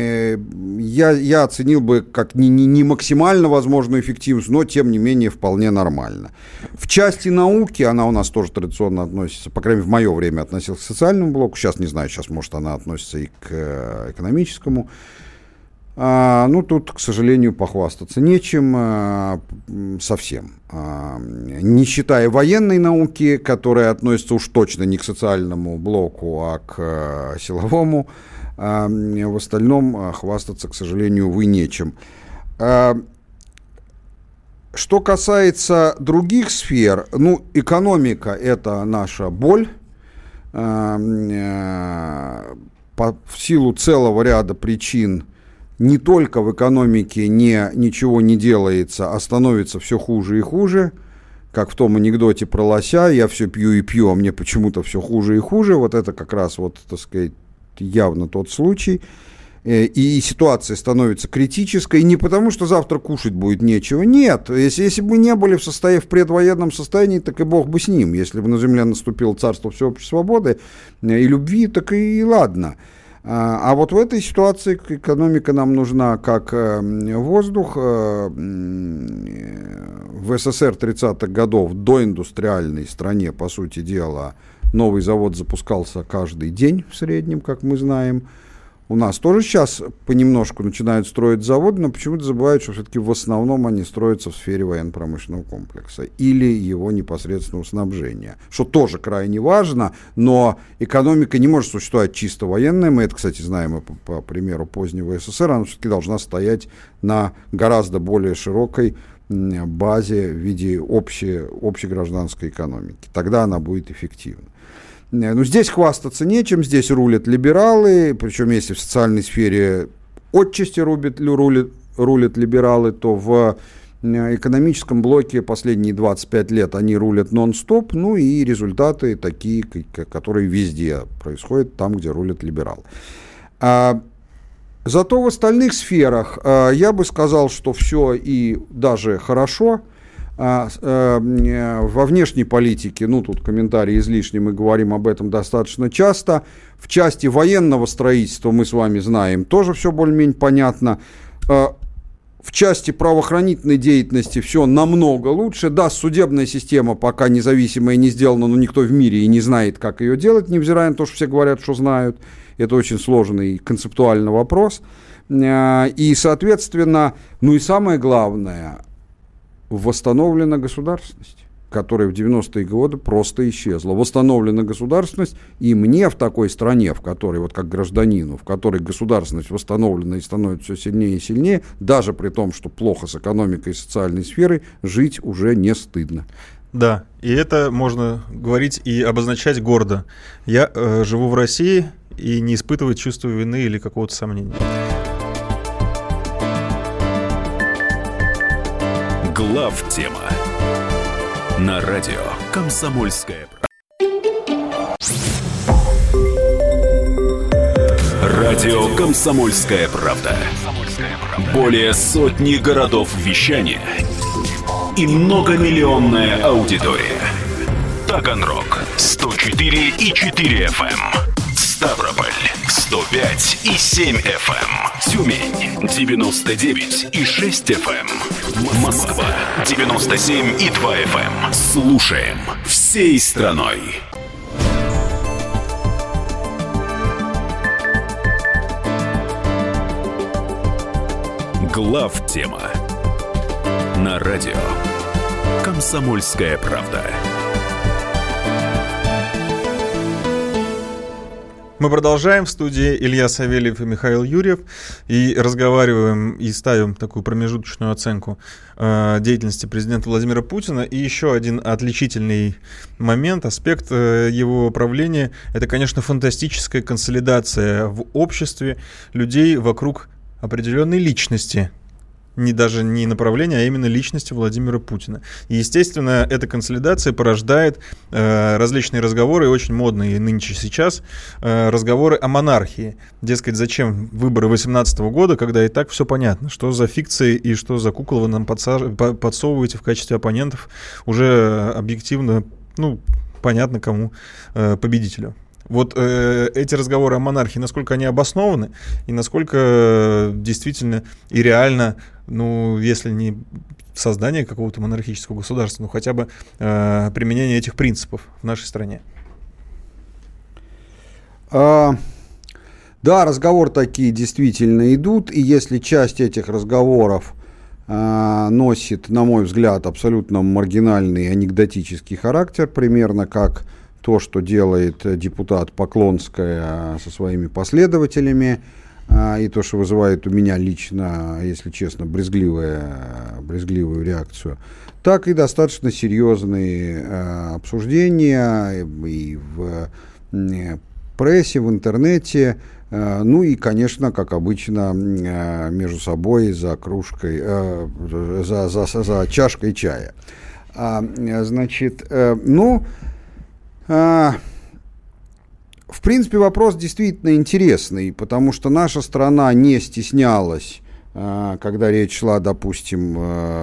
я оценил бы как не, не, не максимально возможную эффективность, но тем не менее вполне нормально. В части науки она у нас тоже традиционно относится, по крайней мере в мое время относилась к социальному блоку, сейчас не знаю, сейчас может она относится и к экономическому. А, ну, тут, к сожалению, похвастаться нечем а, совсем. А, не считая военной науки, которая относится уж точно не к социальному блоку, а к а, силовому, а, в остальном а, хвастаться, к сожалению, увы, нечем. А, что касается других сфер, ну, экономика – это наша боль. А, а, по, в силу целого ряда причин не только в экономике не, ничего не делается, а становится все хуже и хуже, как в том анекдоте про лося: я все пью и пью, а мне почему-то все хуже и хуже. Вот это как раз, вот, так сказать, явно тот случай. И ситуация становится критической, не потому, что завтра кушать будет нечего. Нет, если, если бы мы не были в, состоянии, в предвоенном состоянии, так и бог бы с ним. Если бы на земле наступило царство всеобщей свободы и любви, так и ладно. А вот в этой ситуации экономика нам нужна как воздух. В СССР тридцатых годов, в доиндустриальной стране, по сути дела, новый завод запускался каждый день в среднем, как мы знаем. У нас тоже сейчас понемножку начинают строить заводы, но почему-то забывают, что все-таки в основном они строятся в сфере военно-промышленного комплекса или его непосредственного снабжения, что тоже крайне важно, но экономика не может существовать чисто военная. Мы это, кстати, знаем и по, по примеру позднего СССР, она все-таки должна стоять на гораздо более широкой базе в виде общей, общей гражданской экономики. Тогда она будет эффективна. Ну, здесь хвастаться нечем, здесь рулят либералы, причем если в социальной сфере отчасти рулят, рулят, рулят либералы, то в экономическом блоке последние двадцать пять лет они рулят нон-стоп, ну и результаты такие, которые везде происходят, там, где рулят либералы. А, зато в остальных сферах а, я бы сказал, что все и даже хорошо. А, а, во внешней политике, ну тут комментарии излишни, мы говорим об этом достаточно часто. В части военного строительства мы с вами знаем, тоже все более-менее понятно. А, в части правоохранительной деятельности все намного лучше. Да, судебная система пока независимая не сделана, но никто в мире и не знает, как ее делать, невзирая на то, что все говорят, что знают. Это очень сложный концептуальный вопрос. А, и, соответственно, ну и самое главное – восстановлена государственность, которая в девяностые годы просто исчезла. Восстановлена государственность, и мне в такой стране, в которой, вот как гражданину, в которой государственность восстановлена и становится все сильнее и сильнее, даже при том, что плохо с экономикой и социальной сферой, жить уже не стыдно. Да, и это можно говорить и обозначать гордо. Я э, живу в России и не испытываю чувства вины или какого-то сомнения. Главтема на радио «Комсомольская правда». Радио «Комсомольская правда». Более сотни городов вещания и многомиллионная аудитория. Таганрог сто четыре и четыре эф эм, Ставрополь сто пять и семь эф эм, Тюмень девяносто девять и шесть эф эм, Москва девяносто семь и два эф эм. Слушаем всей страной. Главтема на радио «Комсомольская правда». Мы продолжаем. В студии Илья Савельев и Михаил Юрьев. И разговариваем и ставим такую промежуточную оценку э, деятельности президента Владимира Путина. И еще один отличительный момент, аспект э, его правления — это, конечно, фантастическая консолидация в обществе людей вокруг определенной личности. Не даже не направления, а именно личности Владимира Путина. И, естественно, эта консолидация порождает э, различные разговоры, очень модные нынче сейчас, э, разговоры о монархии. Дескать, зачем выборы две тысячи восемнадцатого года, когда и так все понятно, что за фикции и что за кукол вы нам подсаж... подсовываете в качестве оппонентов, уже объективно, ну, понятно кому, э, победителю. Вот э, эти разговоры о монархии, насколько они обоснованы и насколько э, действительно и реально, ну, если не создание какого-то монархического государства, ну, хотя бы э, применение этих принципов в нашей стране? А, Да, разговоры такие действительно идут, и если часть этих разговоров э, носит, на мой взгляд, абсолютно маргинальный анекдотический характер, примерно как то, что делает депутат Поклонская со своими последователями, и то, что вызывает у меня лично, если честно, брезгливая, брезгливую реакцию, так и достаточно серьезные э, обсуждения и в э, прессе, в интернете, э, ну и, конечно, как обычно, э, между собой за кружкой, э, за, за, за чашкой чая. А, значит, э, ну... Э, В принципе, вопрос действительно интересный, потому что наша страна не стеснялась, когда речь шла, допустим,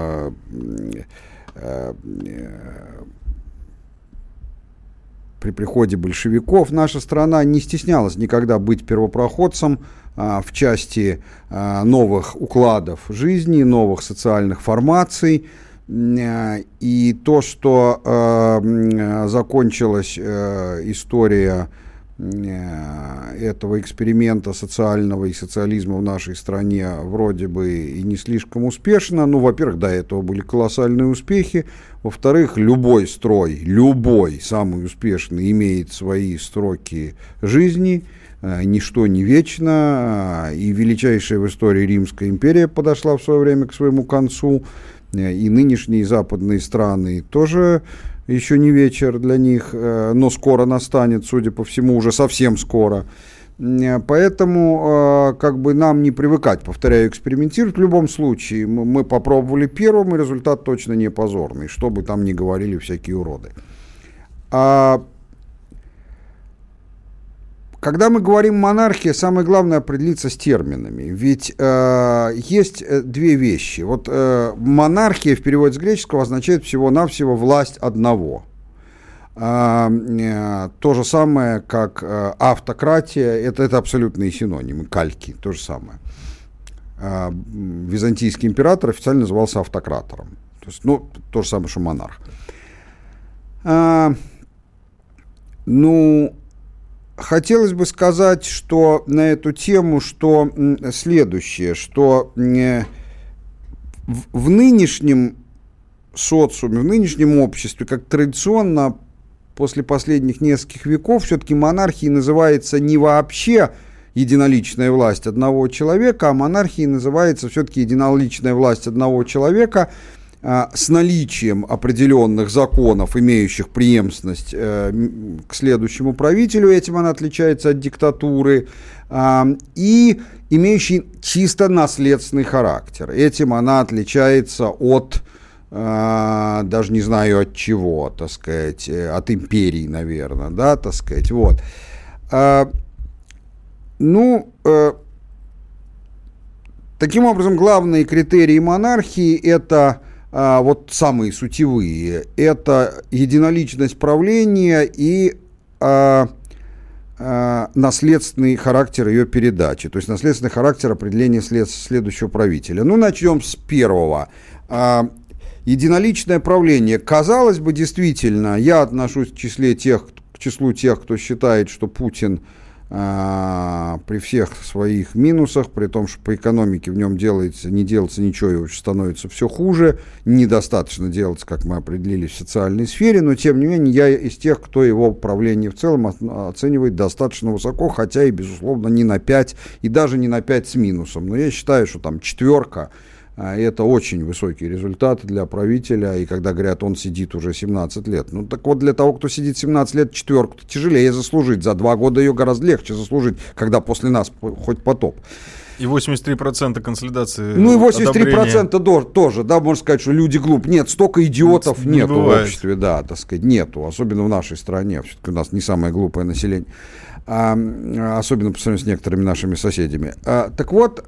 при приходе большевиков, наша страна не стеснялась никогда быть первопроходцем в части новых укладов жизни, новых социальных формаций. И то, что закончилась история этого эксперимента социального и социализма в нашей стране вроде бы и не слишком успешно. Ну, во-первых, до этого были колоссальные успехи. Во-вторых, любой строй, любой самый успешный имеет свои сроки жизни. Ничто не вечно. И величайшая в истории Римская империя подошла в свое время к своему концу. И нынешние западные страны тоже еще не вечер для них, но скоро настанет, судя по всему, уже совсем скоро. Поэтому как бы нам не привыкать, повторяю, экспериментировать. В любом случае, мы попробовали первым, и результат точно не позорный, что бы там ни говорили всякие уроды. А когда мы говорим монархия, самое главное определиться с терминами. Ведь э, есть две вещи. Вот э, монархия в переводе с греческого означает всего-навсего власть одного. Э, э, то же самое, как э, автократия, это, это абсолютные синонимы, кальки, то же самое. Э, византийский император официально назывался автократором. То есть, ну, то же самое, что монарх. Э, ну... Хотелось бы сказать, что на эту тему, что следующее, что в нынешнем социуме, в нынешнем обществе, как традиционно после последних нескольких веков, все-таки монархией называется не вообще единоличная власть одного человека, а монархией называется все-таки единоличная власть одного человека с наличием определенных законов, имеющих преемственность э, к следующему правителю, этим она отличается от диктатуры, э, и имеющий чисто наследственный характер. Этим она отличается от, э, даже не знаю от чего, так сказать, от империи, наверное, да, так сказать, вот. Э, ну, э, таким образом, главные критерии монархии – это А, вот самые сутевые, это единоличность правления и а, а, наследственный характер ее передачи, то есть наследственный характер определения след, следующего правителя. Ну, начнем с первого. А, единоличное правление. Казалось бы, действительно, я отношусь к, числе тех, к числу тех, кто считает, что Путин при всех своих минусах, при том, что по экономике в нем делается, не делается ничего, и становится все хуже, недостаточно делается, как мы определили, в социальной сфере, но, тем не менее, я из тех, кто его правление в целом оценивает достаточно высоко, хотя и, безусловно, не на пять, и даже не на пять с минусом, но я считаю, что там четверка, это очень высокий результат для правителя, и когда говорят, он сидит уже семнадцать лет. Ну так вот, для того, кто сидит семнадцать лет, четверку тяжелее заслужить. За два года ее гораздо легче заслужить, когда после нас хоть потоп. И восемьдесят три процента консолидации. Ну и восемьдесят три процента одобрения. Тоже, да, можно сказать, что люди глуп. Нет, столько идиотов не нету бывает. В обществе, да, так сказать, нету. Особенно в нашей стране. Все-таки у нас не самое глупое население. А, особенно по сравнению с некоторыми нашими соседями. А, так вот...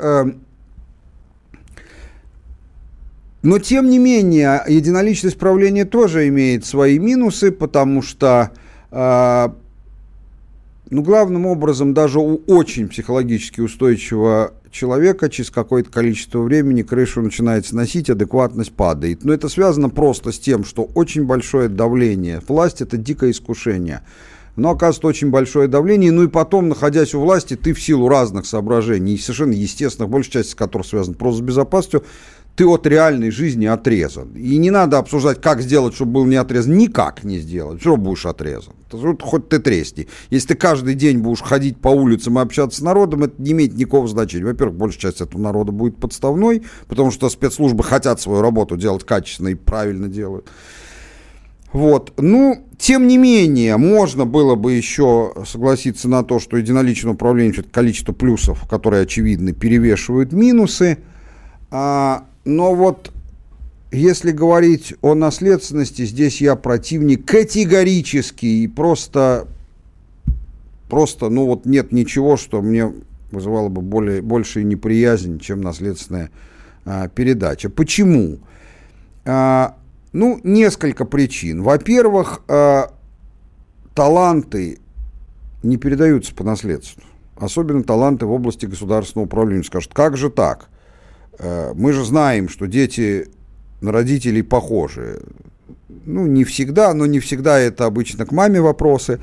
Но, тем не менее, единоличность правления тоже имеет свои минусы, потому что, э, ну, главным образом, даже у очень психологически устойчивого человека через какое-то количество времени крышу начинает сносить, адекватность падает. Но это связано просто с тем, что очень большое давление. Власть – это дикое искушение. но оказывает очень большое давление. Ну и потом, находясь у власти, ты в силу разных соображений, совершенно естественных, большая часть из которых связана просто с безопасностью, ты от реальной жизни отрезан. И не надо обсуждать, как сделать, чтобы был не отрезан. Никак не сделать. Все будешь отрезан. Хоть ты тресни. Если ты каждый день будешь ходить по улицам и общаться с народом, это не имеет никакого значения. Во-первых, большая часть этого народа будет подставной, потому что спецслужбы хотят свою работу делать качественно и правильно делают. Вот. Ну, тем не менее, можно было бы еще согласиться на то, что единоличное управление, это количество плюсов, которые, очевидно, перевешивают минусы. А, но вот если говорить о наследственности, здесь я противник категорический и просто, просто, ну вот нет ничего, что мне вызывало бы более, большую неприязнь, чем наследственная а, передача. Почему? А, ну, несколько причин. Во-первых, а, таланты не передаются по наследству. Особенно таланты в области государственного управления. Скажут, как же так? Мы же знаем, что дети на родителей похожи. Ну, не всегда, но не всегда это обычно к маме вопросы.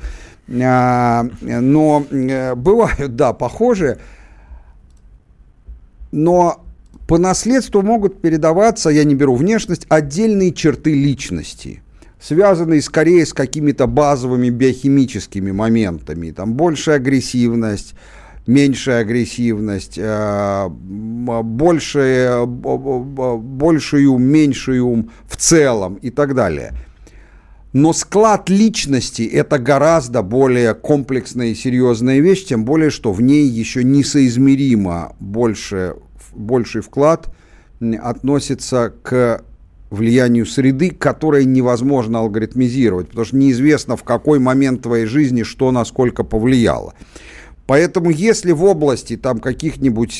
Но бывают, да, похожи. Но по наследству могут передаваться, я не беру внешность, отдельные черты личности, связанные скорее с какими-то базовыми биохимическими моментами. Там большая агрессивность, меньшая агрессивность, большая, больший ум, меньший ум в целом и так далее. Но склад личности – это гораздо более комплексная и серьезная вещь, тем более, что в ней еще несоизмеримо больше, больший вклад относится к влиянию среды, которое невозможно алгоритмизировать, потому что неизвестно, в какой момент твоей жизни что насколько повлияло. Поэтому если в области там каких-нибудь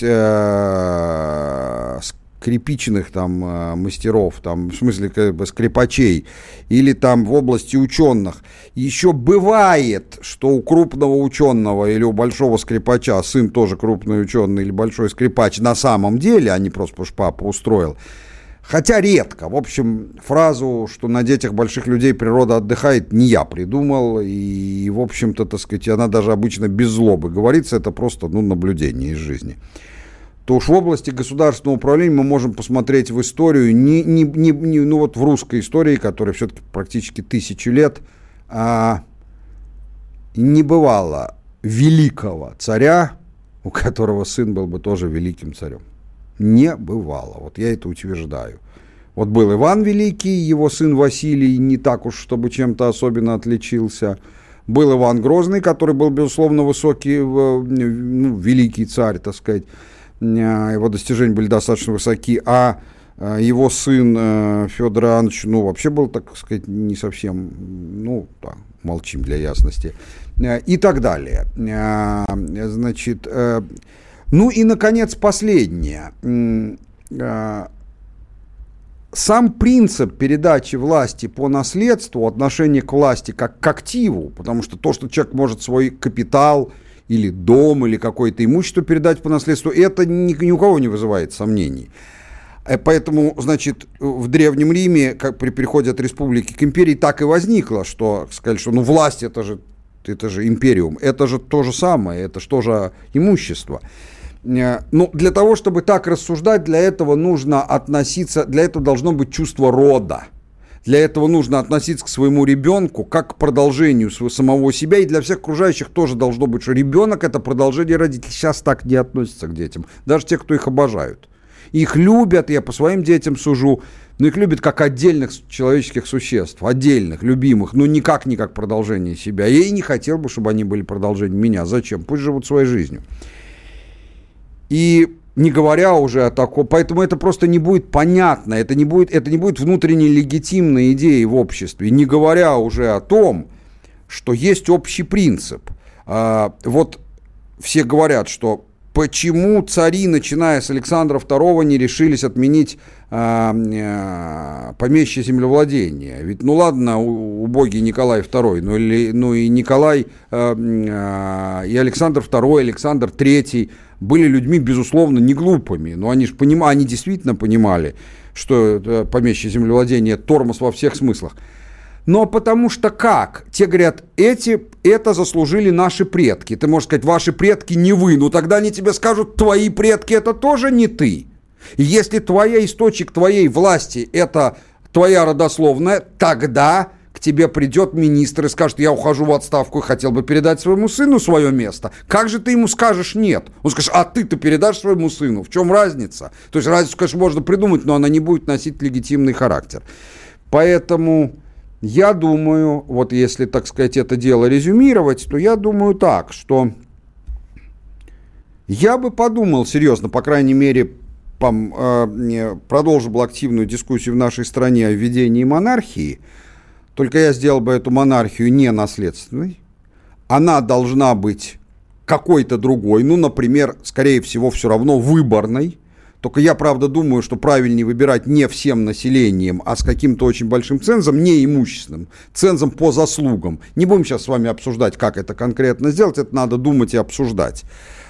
э, скрипичных там э, мастеров, там, в смысле как бы скрипачей, или там в области ученых, еще бывает, что у крупного ученого или у большого скрипача сын тоже крупный ученый или большой скрипач на самом деле, а не просто потому что папа устроил. Хотя редко. В общем, фразу, что на детях больших людей природа отдыхает, не я придумал. И, в общем-то, так сказать, она даже обычно без злобы говорится. Это просто, ну, наблюдение из жизни. То уж в области государственного управления мы можем посмотреть в историю, не, не, не, не, ну, вот в русской истории, которая все-таки практически тысячу лет, а, не бывало великого царя, у которого сын был бы тоже великим царем. Не бывало. Вот я это утверждаю. Вот был Иван Великий, его сын Василий не так уж, чтобы чем-то особенно отличился. Был Иван Грозный, который был, безусловно, высокий, ну, великий царь, так сказать. Его достижения были достаточно высоки. А его сын Федор Иванович, ну, вообще был, так сказать, не совсем, ну, да, молчим для ясности. И так далее. Значит... Ну и, наконец, последнее. Сам принцип передачи власти по наследству, отношение к власти как к активу, потому что то, что человек может свой капитал или дом, или какое-то имущество передать по наследству, это ни, ни у кого не вызывает сомнений. Поэтому, значит, в Древнем Риме, как при переходе от республики к империи, так и возникло, что сказали, что ну, власть это же, это же империум, это же то же самое, это же тоже имущество. Но для того, чтобы так рассуждать, для этого нужно относиться, для этого должно быть чувство рода. Для этого нужно относиться к своему ребенку как к продолжению своего, самого себя, и для всех окружающих тоже должно быть, что ребенок – это продолжение родителей. Сейчас так не относятся к детям, даже те, кто их обожают. Их любят, я по своим детям сужу, но их любят как отдельных человеческих существ, отдельных, любимых, но никак не как продолжение себя. Я и не хотел бы, чтобы они были продолжением меня. Зачем? Пусть живут своей жизнью. И не говоря уже о таком, поэтому это просто не будет понятно, это не будет, это не будет внутренней легитимной идеей в обществе, не говоря уже о том, что есть общий принцип. А, вот все говорят, что почему цари, начиная с Александра второго, не решились отменить а, а, помещичье землевладение. Ведь, ну ладно, убогий Николай второй, ну, или, ну и Николай, а, а, и Александр второй, Александр третий были людьми, безусловно, не глупыми, но они же понимали, они действительно понимали, что помещичье землевладение тормоз во всех смыслах. Но потому что как? Те говорят, эти, это заслужили наши предки. Ты можешь сказать, ваши предки не вы. Ну тогда они тебе скажут, твои предки это тоже не ты. И если твоя источник твоей власти это твоя родословная, тогда к тебе придет министр и скажет, я ухожу в отставку и хотел бы передать своему сыну свое место. Как же ты ему скажешь нет? Он скажет, а ты-то передашь своему сыну? В чем разница? То есть разницу, конечно, можно придумать, но она не будет носить легитимный характер. Поэтому я думаю, вот если, так сказать, это дело резюмировать, то я думаю так, что я бы подумал серьезно, по крайней мере, продолжил бы активную дискуссию в нашей стране о введении монархии, только я сделал бы эту монархию не наследственной. Она должна быть какой-то другой, ну, например, скорее всего, все равно выборной. Только я, правда, думаю, что правильнее выбирать не всем населением, а с каким-то очень большим цензом, не имущественным, цензом по заслугам. Не будем сейчас с вами обсуждать, как это конкретно сделать, это надо думать и обсуждать.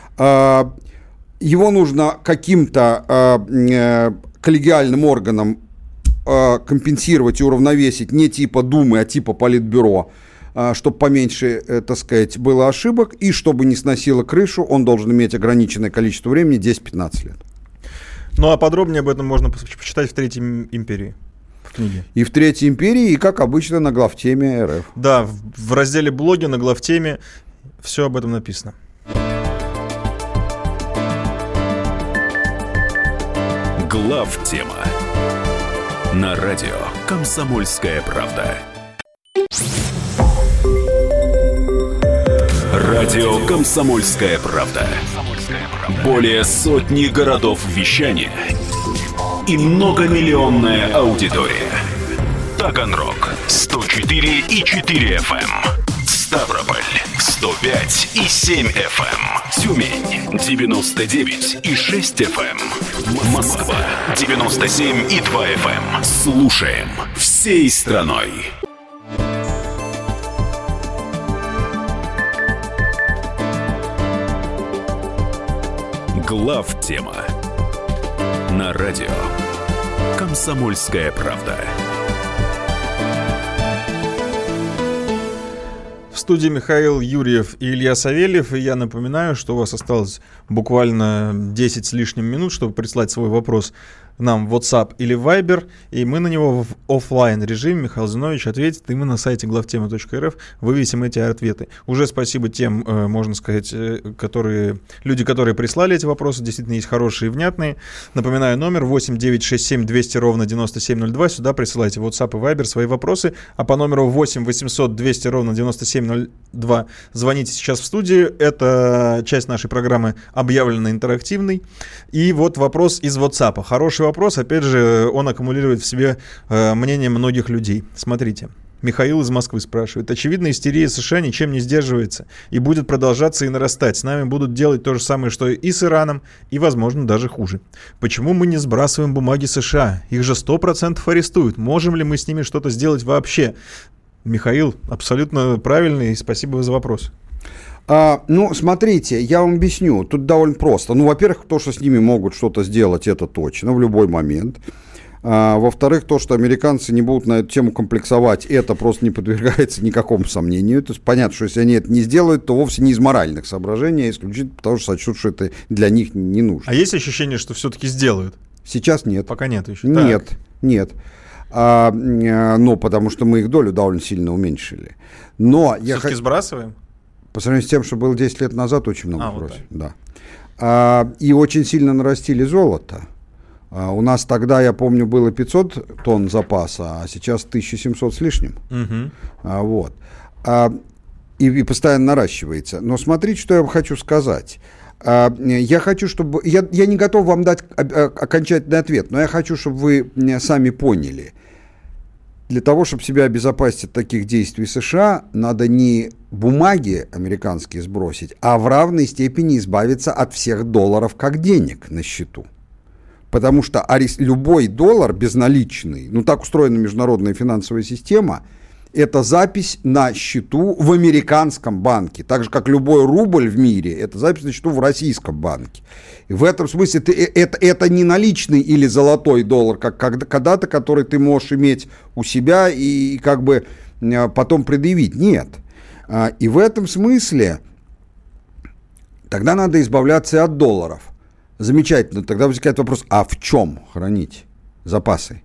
Его нужно каким-то коллегиальным органам компенсировать и уравновесить не типа Думы, а типа Политбюро, чтобы поменьше, так сказать, было ошибок, и чтобы не сносило крышу, он должен иметь ограниченное количество времени, десять-пятнадцать лет. Ну, а подробнее об этом можно почитать в Третьей империи, в книге. И в Третьей империи, и, как обычно, на главтеме эр эф. Да, в, в разделе блоги на главтеме все об этом написано. Главтема на радио «Комсомольская правда». Радио «Комсомольская правда». Более сотни городов вещания и многомиллионная аудитория. Таганрог сто четыре и четыре эф эм, Ставрополь сто пять и семь эф эм, Тюмень девяносто девять и шесть эф эм, Москва девяносто семь и два эф эм. Слушаем всей страной. Главтема на радио «Комсомольская правда». В студии Михаил Юрьев и Илья Савельев, и я напоминаю, что у вас осталось буквально десять с лишним минут, чтобы прислать свой вопрос нам в WhatsApp или Viber, и мы на него в офлайн режиме, Михаил Зинович ответит, и мы на сайте главтема точка эр эф вывесим эти ответы. Уже спасибо тем, можно сказать, которые, люди, которые прислали эти вопросы, действительно есть хорошие и внятные. Напоминаю, номер восемь девятьсот шестьдесят семь двести ровно девяносто семь ноль два, сюда присылайте в WhatsApp и Viber свои вопросы, а по номеру восемь восемьсот двести ровно девяносто семь ноль два звоните сейчас в студию, эта часть нашей программы объявлена интерактивной. И вот вопрос из WhatsApp. Хороший вопрос, опять же, он аккумулирует в себе э, мнение многих людей. Смотрите, Михаил из Москвы спрашивает. Очевидно, истерия США ничем не сдерживается и будет продолжаться и нарастать. С нами будут делать то же самое, что и с Ираном, и, возможно, даже хуже. Почему мы не сбрасываем бумаги США? Их же сто процентов арестуют. Можем ли мы с ними что-то сделать вообще? Михаил, абсолютно правильный, и спасибо за вопрос. А, ну, смотрите, я вам объясню. Тут довольно просто. Ну, во-первых, то, что с ними могут что-то сделать, это точно, в любой момент. А, во-вторых, то, что американцы не будут на эту тему комплексовать, это просто не подвергается никакому сомнению. То есть понятно, что если они это не сделают, то вовсе не из моральных соображений, а исключительно потому, что сочтут, что это для них не нужно. А есть ощущение, что все-таки сделают? Сейчас нет. Пока нет еще. Нет, так. нет. А, ну, потому что мы их долю довольно сильно уменьшили. Но я все-таки х... сбрасываем? По сравнению с тем, что было десять лет назад, очень много а, просят. Вот да. а, и очень сильно нарастили золото. А, у нас тогда, я помню, было пятьсот тонн запаса, а сейчас тысяча семьсот с лишним. Угу. А, вот. а, и, и постоянно наращивается. Но смотрите, что я хочу сказать. А, я хочу, чтобы... Я, я не готов вам дать окончательный ответ, но я хочу, чтобы вы сами поняли. Для того, чтобы себя обезопасить от таких действий США, надо не бумаги американские сбросить, а в равной степени избавиться от всех долларов как денег на счету. Потому что арест, любой доллар безналичный, ну так устроена международная финансовая система, это запись на счету в американском банке. Так же, как любой рубль в мире, это запись на счету в российском банке. И в этом смысле ты, это, это не наличный или золотой доллар, как когда-то, который ты можешь иметь у себя и, и как бы потом предъявить. Нет. И в этом смысле тогда надо избавляться и от долларов. Замечательно. Тогда возникает вопрос, а в чем хранить запасы?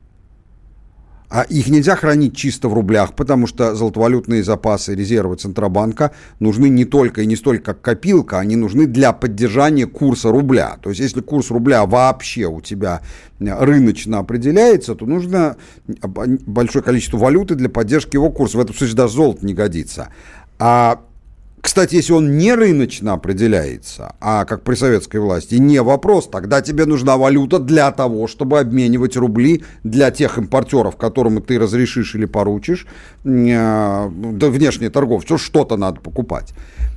А их нельзя хранить чисто в рублях, потому что золотовалютные запасы, резервы Центробанка нужны не только и не столько как копилка, они нужны для поддержания курса рубля. То есть, если курс рубля вообще у тебя рыночно определяется, то нужно большое количество валюты для поддержки его курса. В этом смысле даже золото не годится. А Кстати, если он не рыночно определяется, а как при советской власти, не вопрос, тогда тебе нужна валюта для того, чтобы обменивать рубли для тех импортеров, которым ты разрешишь или поручишь, да, внешние торговцы, что-то надо покупать.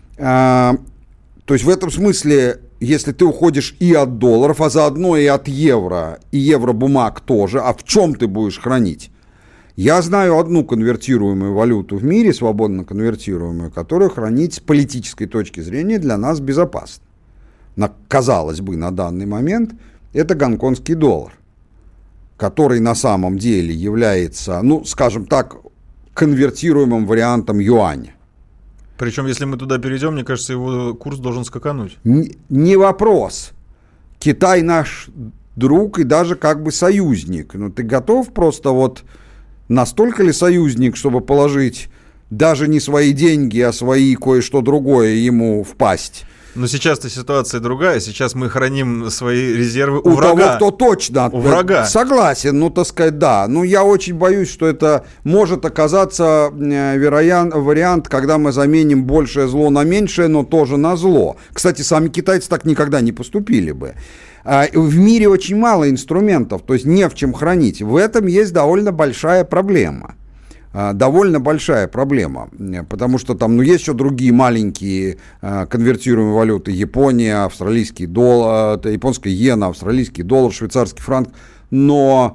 То есть в этом смысле, если ты уходишь и от долларов, а заодно и от евро, и евробумаг тоже, а в чем ты будешь хранить? Я знаю одну конвертируемую валюту в мире, свободно конвертируемую, которую хранить с политической точки зрения для нас безопасно. На, казалось бы, на данный момент это гонконгский доллар, который на самом деле является, ну, скажем так, конвертируемым вариантом юаня. Причем, если мы туда перейдем, мне кажется, его курс должен скакануть. Не, не вопрос. Китай наш друг и даже как бы союзник. Но ты готов просто вот... Настолько ли союзник, чтобы положить даже не свои деньги, а свои кое-что другое ему в пасть? Но сейчас-то ситуация другая. Сейчас мы храним свои резервы у, у врага. У того, кто точно. У врага. Согласен, ну, так сказать, да. Но я очень боюсь, что это может оказаться вероятно, вариант, когда мы заменим большее зло на меньшее, но тоже на зло. Кстати, сами китайцы так никогда не поступили бы. В мире очень мало инструментов, то есть не в чем хранить. В этом есть довольно большая проблема. Довольно большая проблема, потому что там, ну, есть еще другие маленькие конвертируемые валюты. Япония, австралийский доллар, японская иена, австралийский доллар, швейцарский франк, но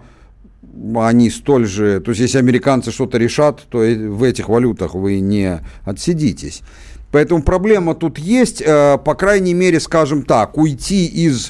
они столь же... То есть, если американцы что-то решат, то в этих валютах вы не отсидитесь. Поэтому проблема тут есть, по крайней мере, скажем так, уйти из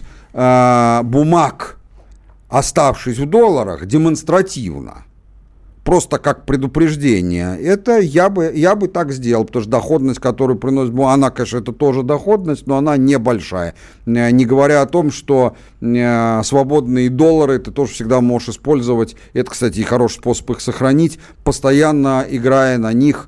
бумаг, оставшись в долларах, демонстративно, просто как предупреждение, это я бы, я бы так сделал, потому что доходность, которую приносит бумага, она, конечно, это тоже доходность, но она небольшая. Не говоря о том, что свободные доллары ты тоже всегда можешь использовать, это, кстати, и хороший способ их сохранить, постоянно играя на них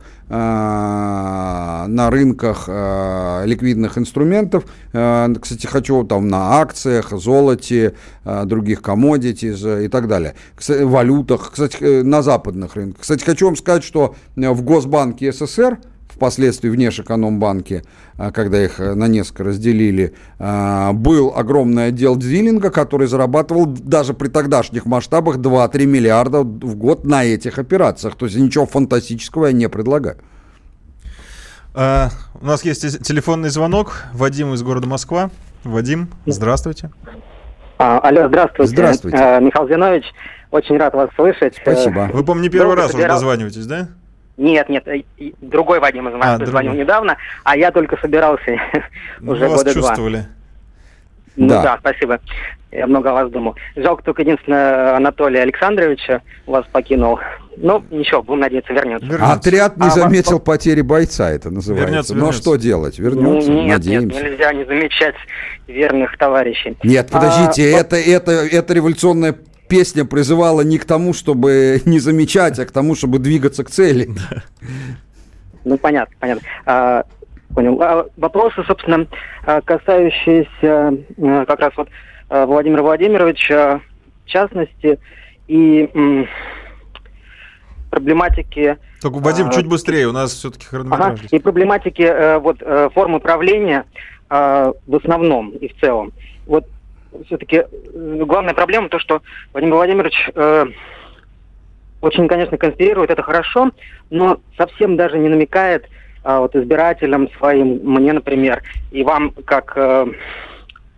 на рынках э, ликвидных инструментов. Э, кстати, хочу там на акциях, золоте, э, других commodities и так далее. Кстати, валютах, кстати, на западных рынках. Кстати, хочу вам сказать, что в Госбанке СССР, впоследствии в Внешэкономбанке, когда их на несколько разделили, был огромный отдел дилинга, который зарабатывал даже при тогдашних масштабах два-три миллиарда в год на этих операциях. То есть ничего фантастического я не предлагаю. А, у нас есть телефонный звонок. Вадим из города Москва. Вадим, здравствуйте. А, алло, здравствуйте. Здравствуйте. А, Михаил Зинович, очень рад вас слышать. Спасибо. Вы, по-моему, не первый Долго раз собирал... уже дозваниваетесь, да? Нет, нет, другой Вадим из Москвы а, звонил недавно, а я только собирался уже ну, года вас чувствовали. два. Ну да. да, спасибо. Я много о вас думал. Жалко только единственное, Анатолия Александровича вас покинул. Ну, ничего, будем надеяться, вернется. вернется. Отряд не а заметил вас... потери бойца, это называется. Вернется, Но вернется. что делать? Вернется, нет, надеемся. Нет, нельзя не замечать верных товарищей. Нет, подождите, а, это, это, это революционная песня призывала не к тому, чтобы не замечать, а к тому, чтобы двигаться к цели. Ну, понятно, понятно. А, понял. А, вопросы, собственно, касающиеся как раз вот Владимира Владимировича, в частности, и м, проблематики... Только, Вадим, а, чуть быстрее, у нас все-таки хронометраж. Ага, и проблематики а, вот, формы правления а, в основном и в целом. Вот все-таки главная проблема то, что Владимир Владимирович э, очень, конечно, конспирирует, это хорошо, но совсем даже не намекает э, вот избирателям своим, мне, например, и вам, как э,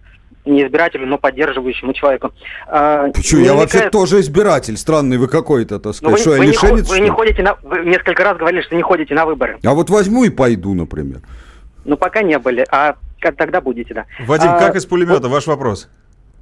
не избирателю, но поддерживающему человеку. А, Почему? Я вообще тоже избиратель. Странный вы какой-то, так сказать. Вы, что, вы, я не, лишенец, вы что? не ходите на... Вы несколько раз говорили, что не ходите на выборы. А вот возьму и пойду, например. Ну, пока не были. А как тогда будете, да. Вадим, а, как из пулемета? вот, Ваш вопрос.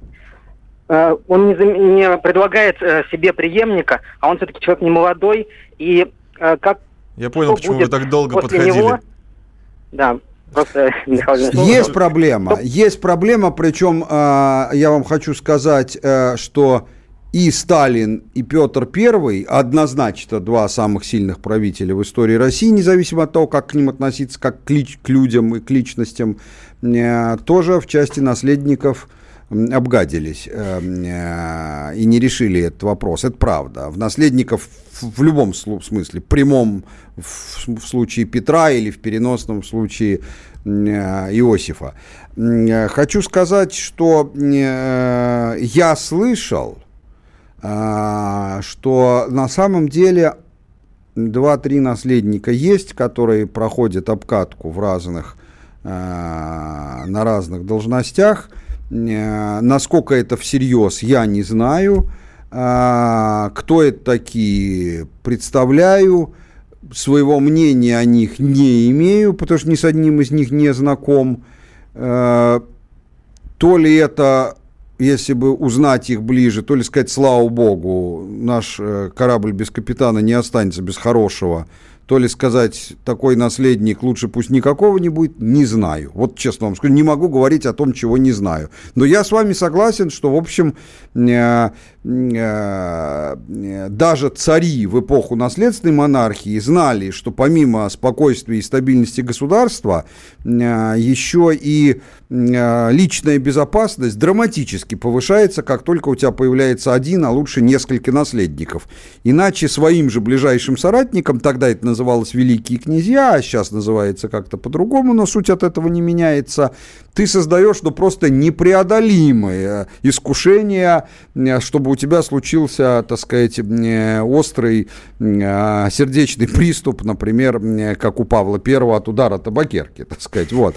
а, он не, не предлагает а, себе преемника, а он все-таки человек не молодой. И а, как... Я понял, почему вы так долго после подходили. Него? Да. Просто, есть проблема, есть проблема, причем э, я вам хочу сказать, э, что и Сталин, и Петр Первый однозначно два самых сильных правителя в истории России, независимо от того, как к ним относиться, как к, лич, к людям и к личностям, э, тоже в части наследников обгадились э, э, и не решили этот вопрос. Это правда. В наследников в, в любом смысле, прямом в, в случае Петра или в переносном в случае э, Иосифа. Э, хочу сказать, что э, я слышал, э, что на самом деле два-три наследника есть, которые проходят обкатку в разных, э, на разных должностях. Насколько это всерьез, я не знаю. Кто это такие, представляю. Своего мнения о них не имею, потому что ни с одним из них не знаком. То ли это, если бы узнать их ближе, то ли сказать, слава богу, наш корабль без капитана не останется без хорошего, то ли сказать, такой наследник, лучше пусть никакого не будет, не знаю. Вот честно вам скажу, не могу говорить о том, чего не знаю. Но я с вами согласен, что, в общем, э, э, даже цари в эпоху наследственной монархии знали, что помимо спокойствия и стабильности государства, э, еще и э, личная безопасность драматически повышается, как только у тебя появляется один, а лучше несколько наследников. Иначе своим же ближайшим соратникам, тогда это называлось называлось «Великие князья», а сейчас называется как-то по-другому, но суть от этого не меняется. Ты создаешь, ну, просто непреодолимое искушение, чтобы у тебя случился, так сказать, острый сердечный приступ, например, как у Павла Первого от удара табакерки, так сказать, вот.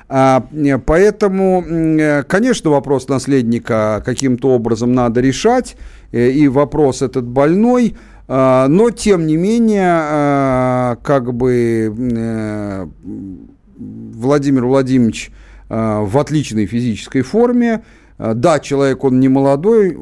Поэтому, конечно, вопрос наследника каким-то образом надо решать, и вопрос этот больной. Но, тем не менее, как бы Владимир Владимирович в отличной физической форме. Да, человек, он не молодой,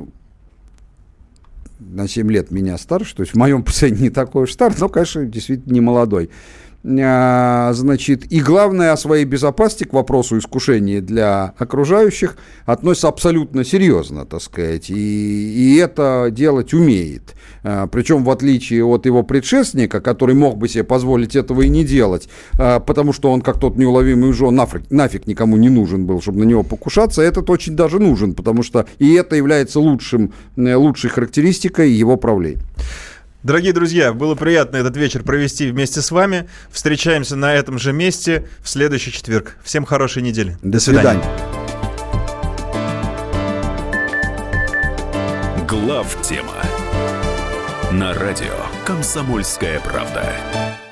на семь лет меня старше, то есть в моем представлении не такой уж стар, но, конечно, действительно не молодой. Значит, и главное, о своей безопасности к вопросу искушения для окружающих относится абсолютно серьезно, так сказать, и, и это делать умеет. Причем, в отличие от его предшественника, который мог бы себе позволить этого и не делать, потому что он, как тот неуловимый Жон, нафиг, нафиг никому не нужен был, чтобы на него покушаться, этот очень даже нужен, потому что и это является лучшим, лучшей характеристикой его правления. Дорогие друзья, было приятно этот вечер провести вместе с вами. Встречаемся на этом же месте в следующий четверг. Всем хорошей недели. До свидания. Главтема на радио «Комсомольская правда».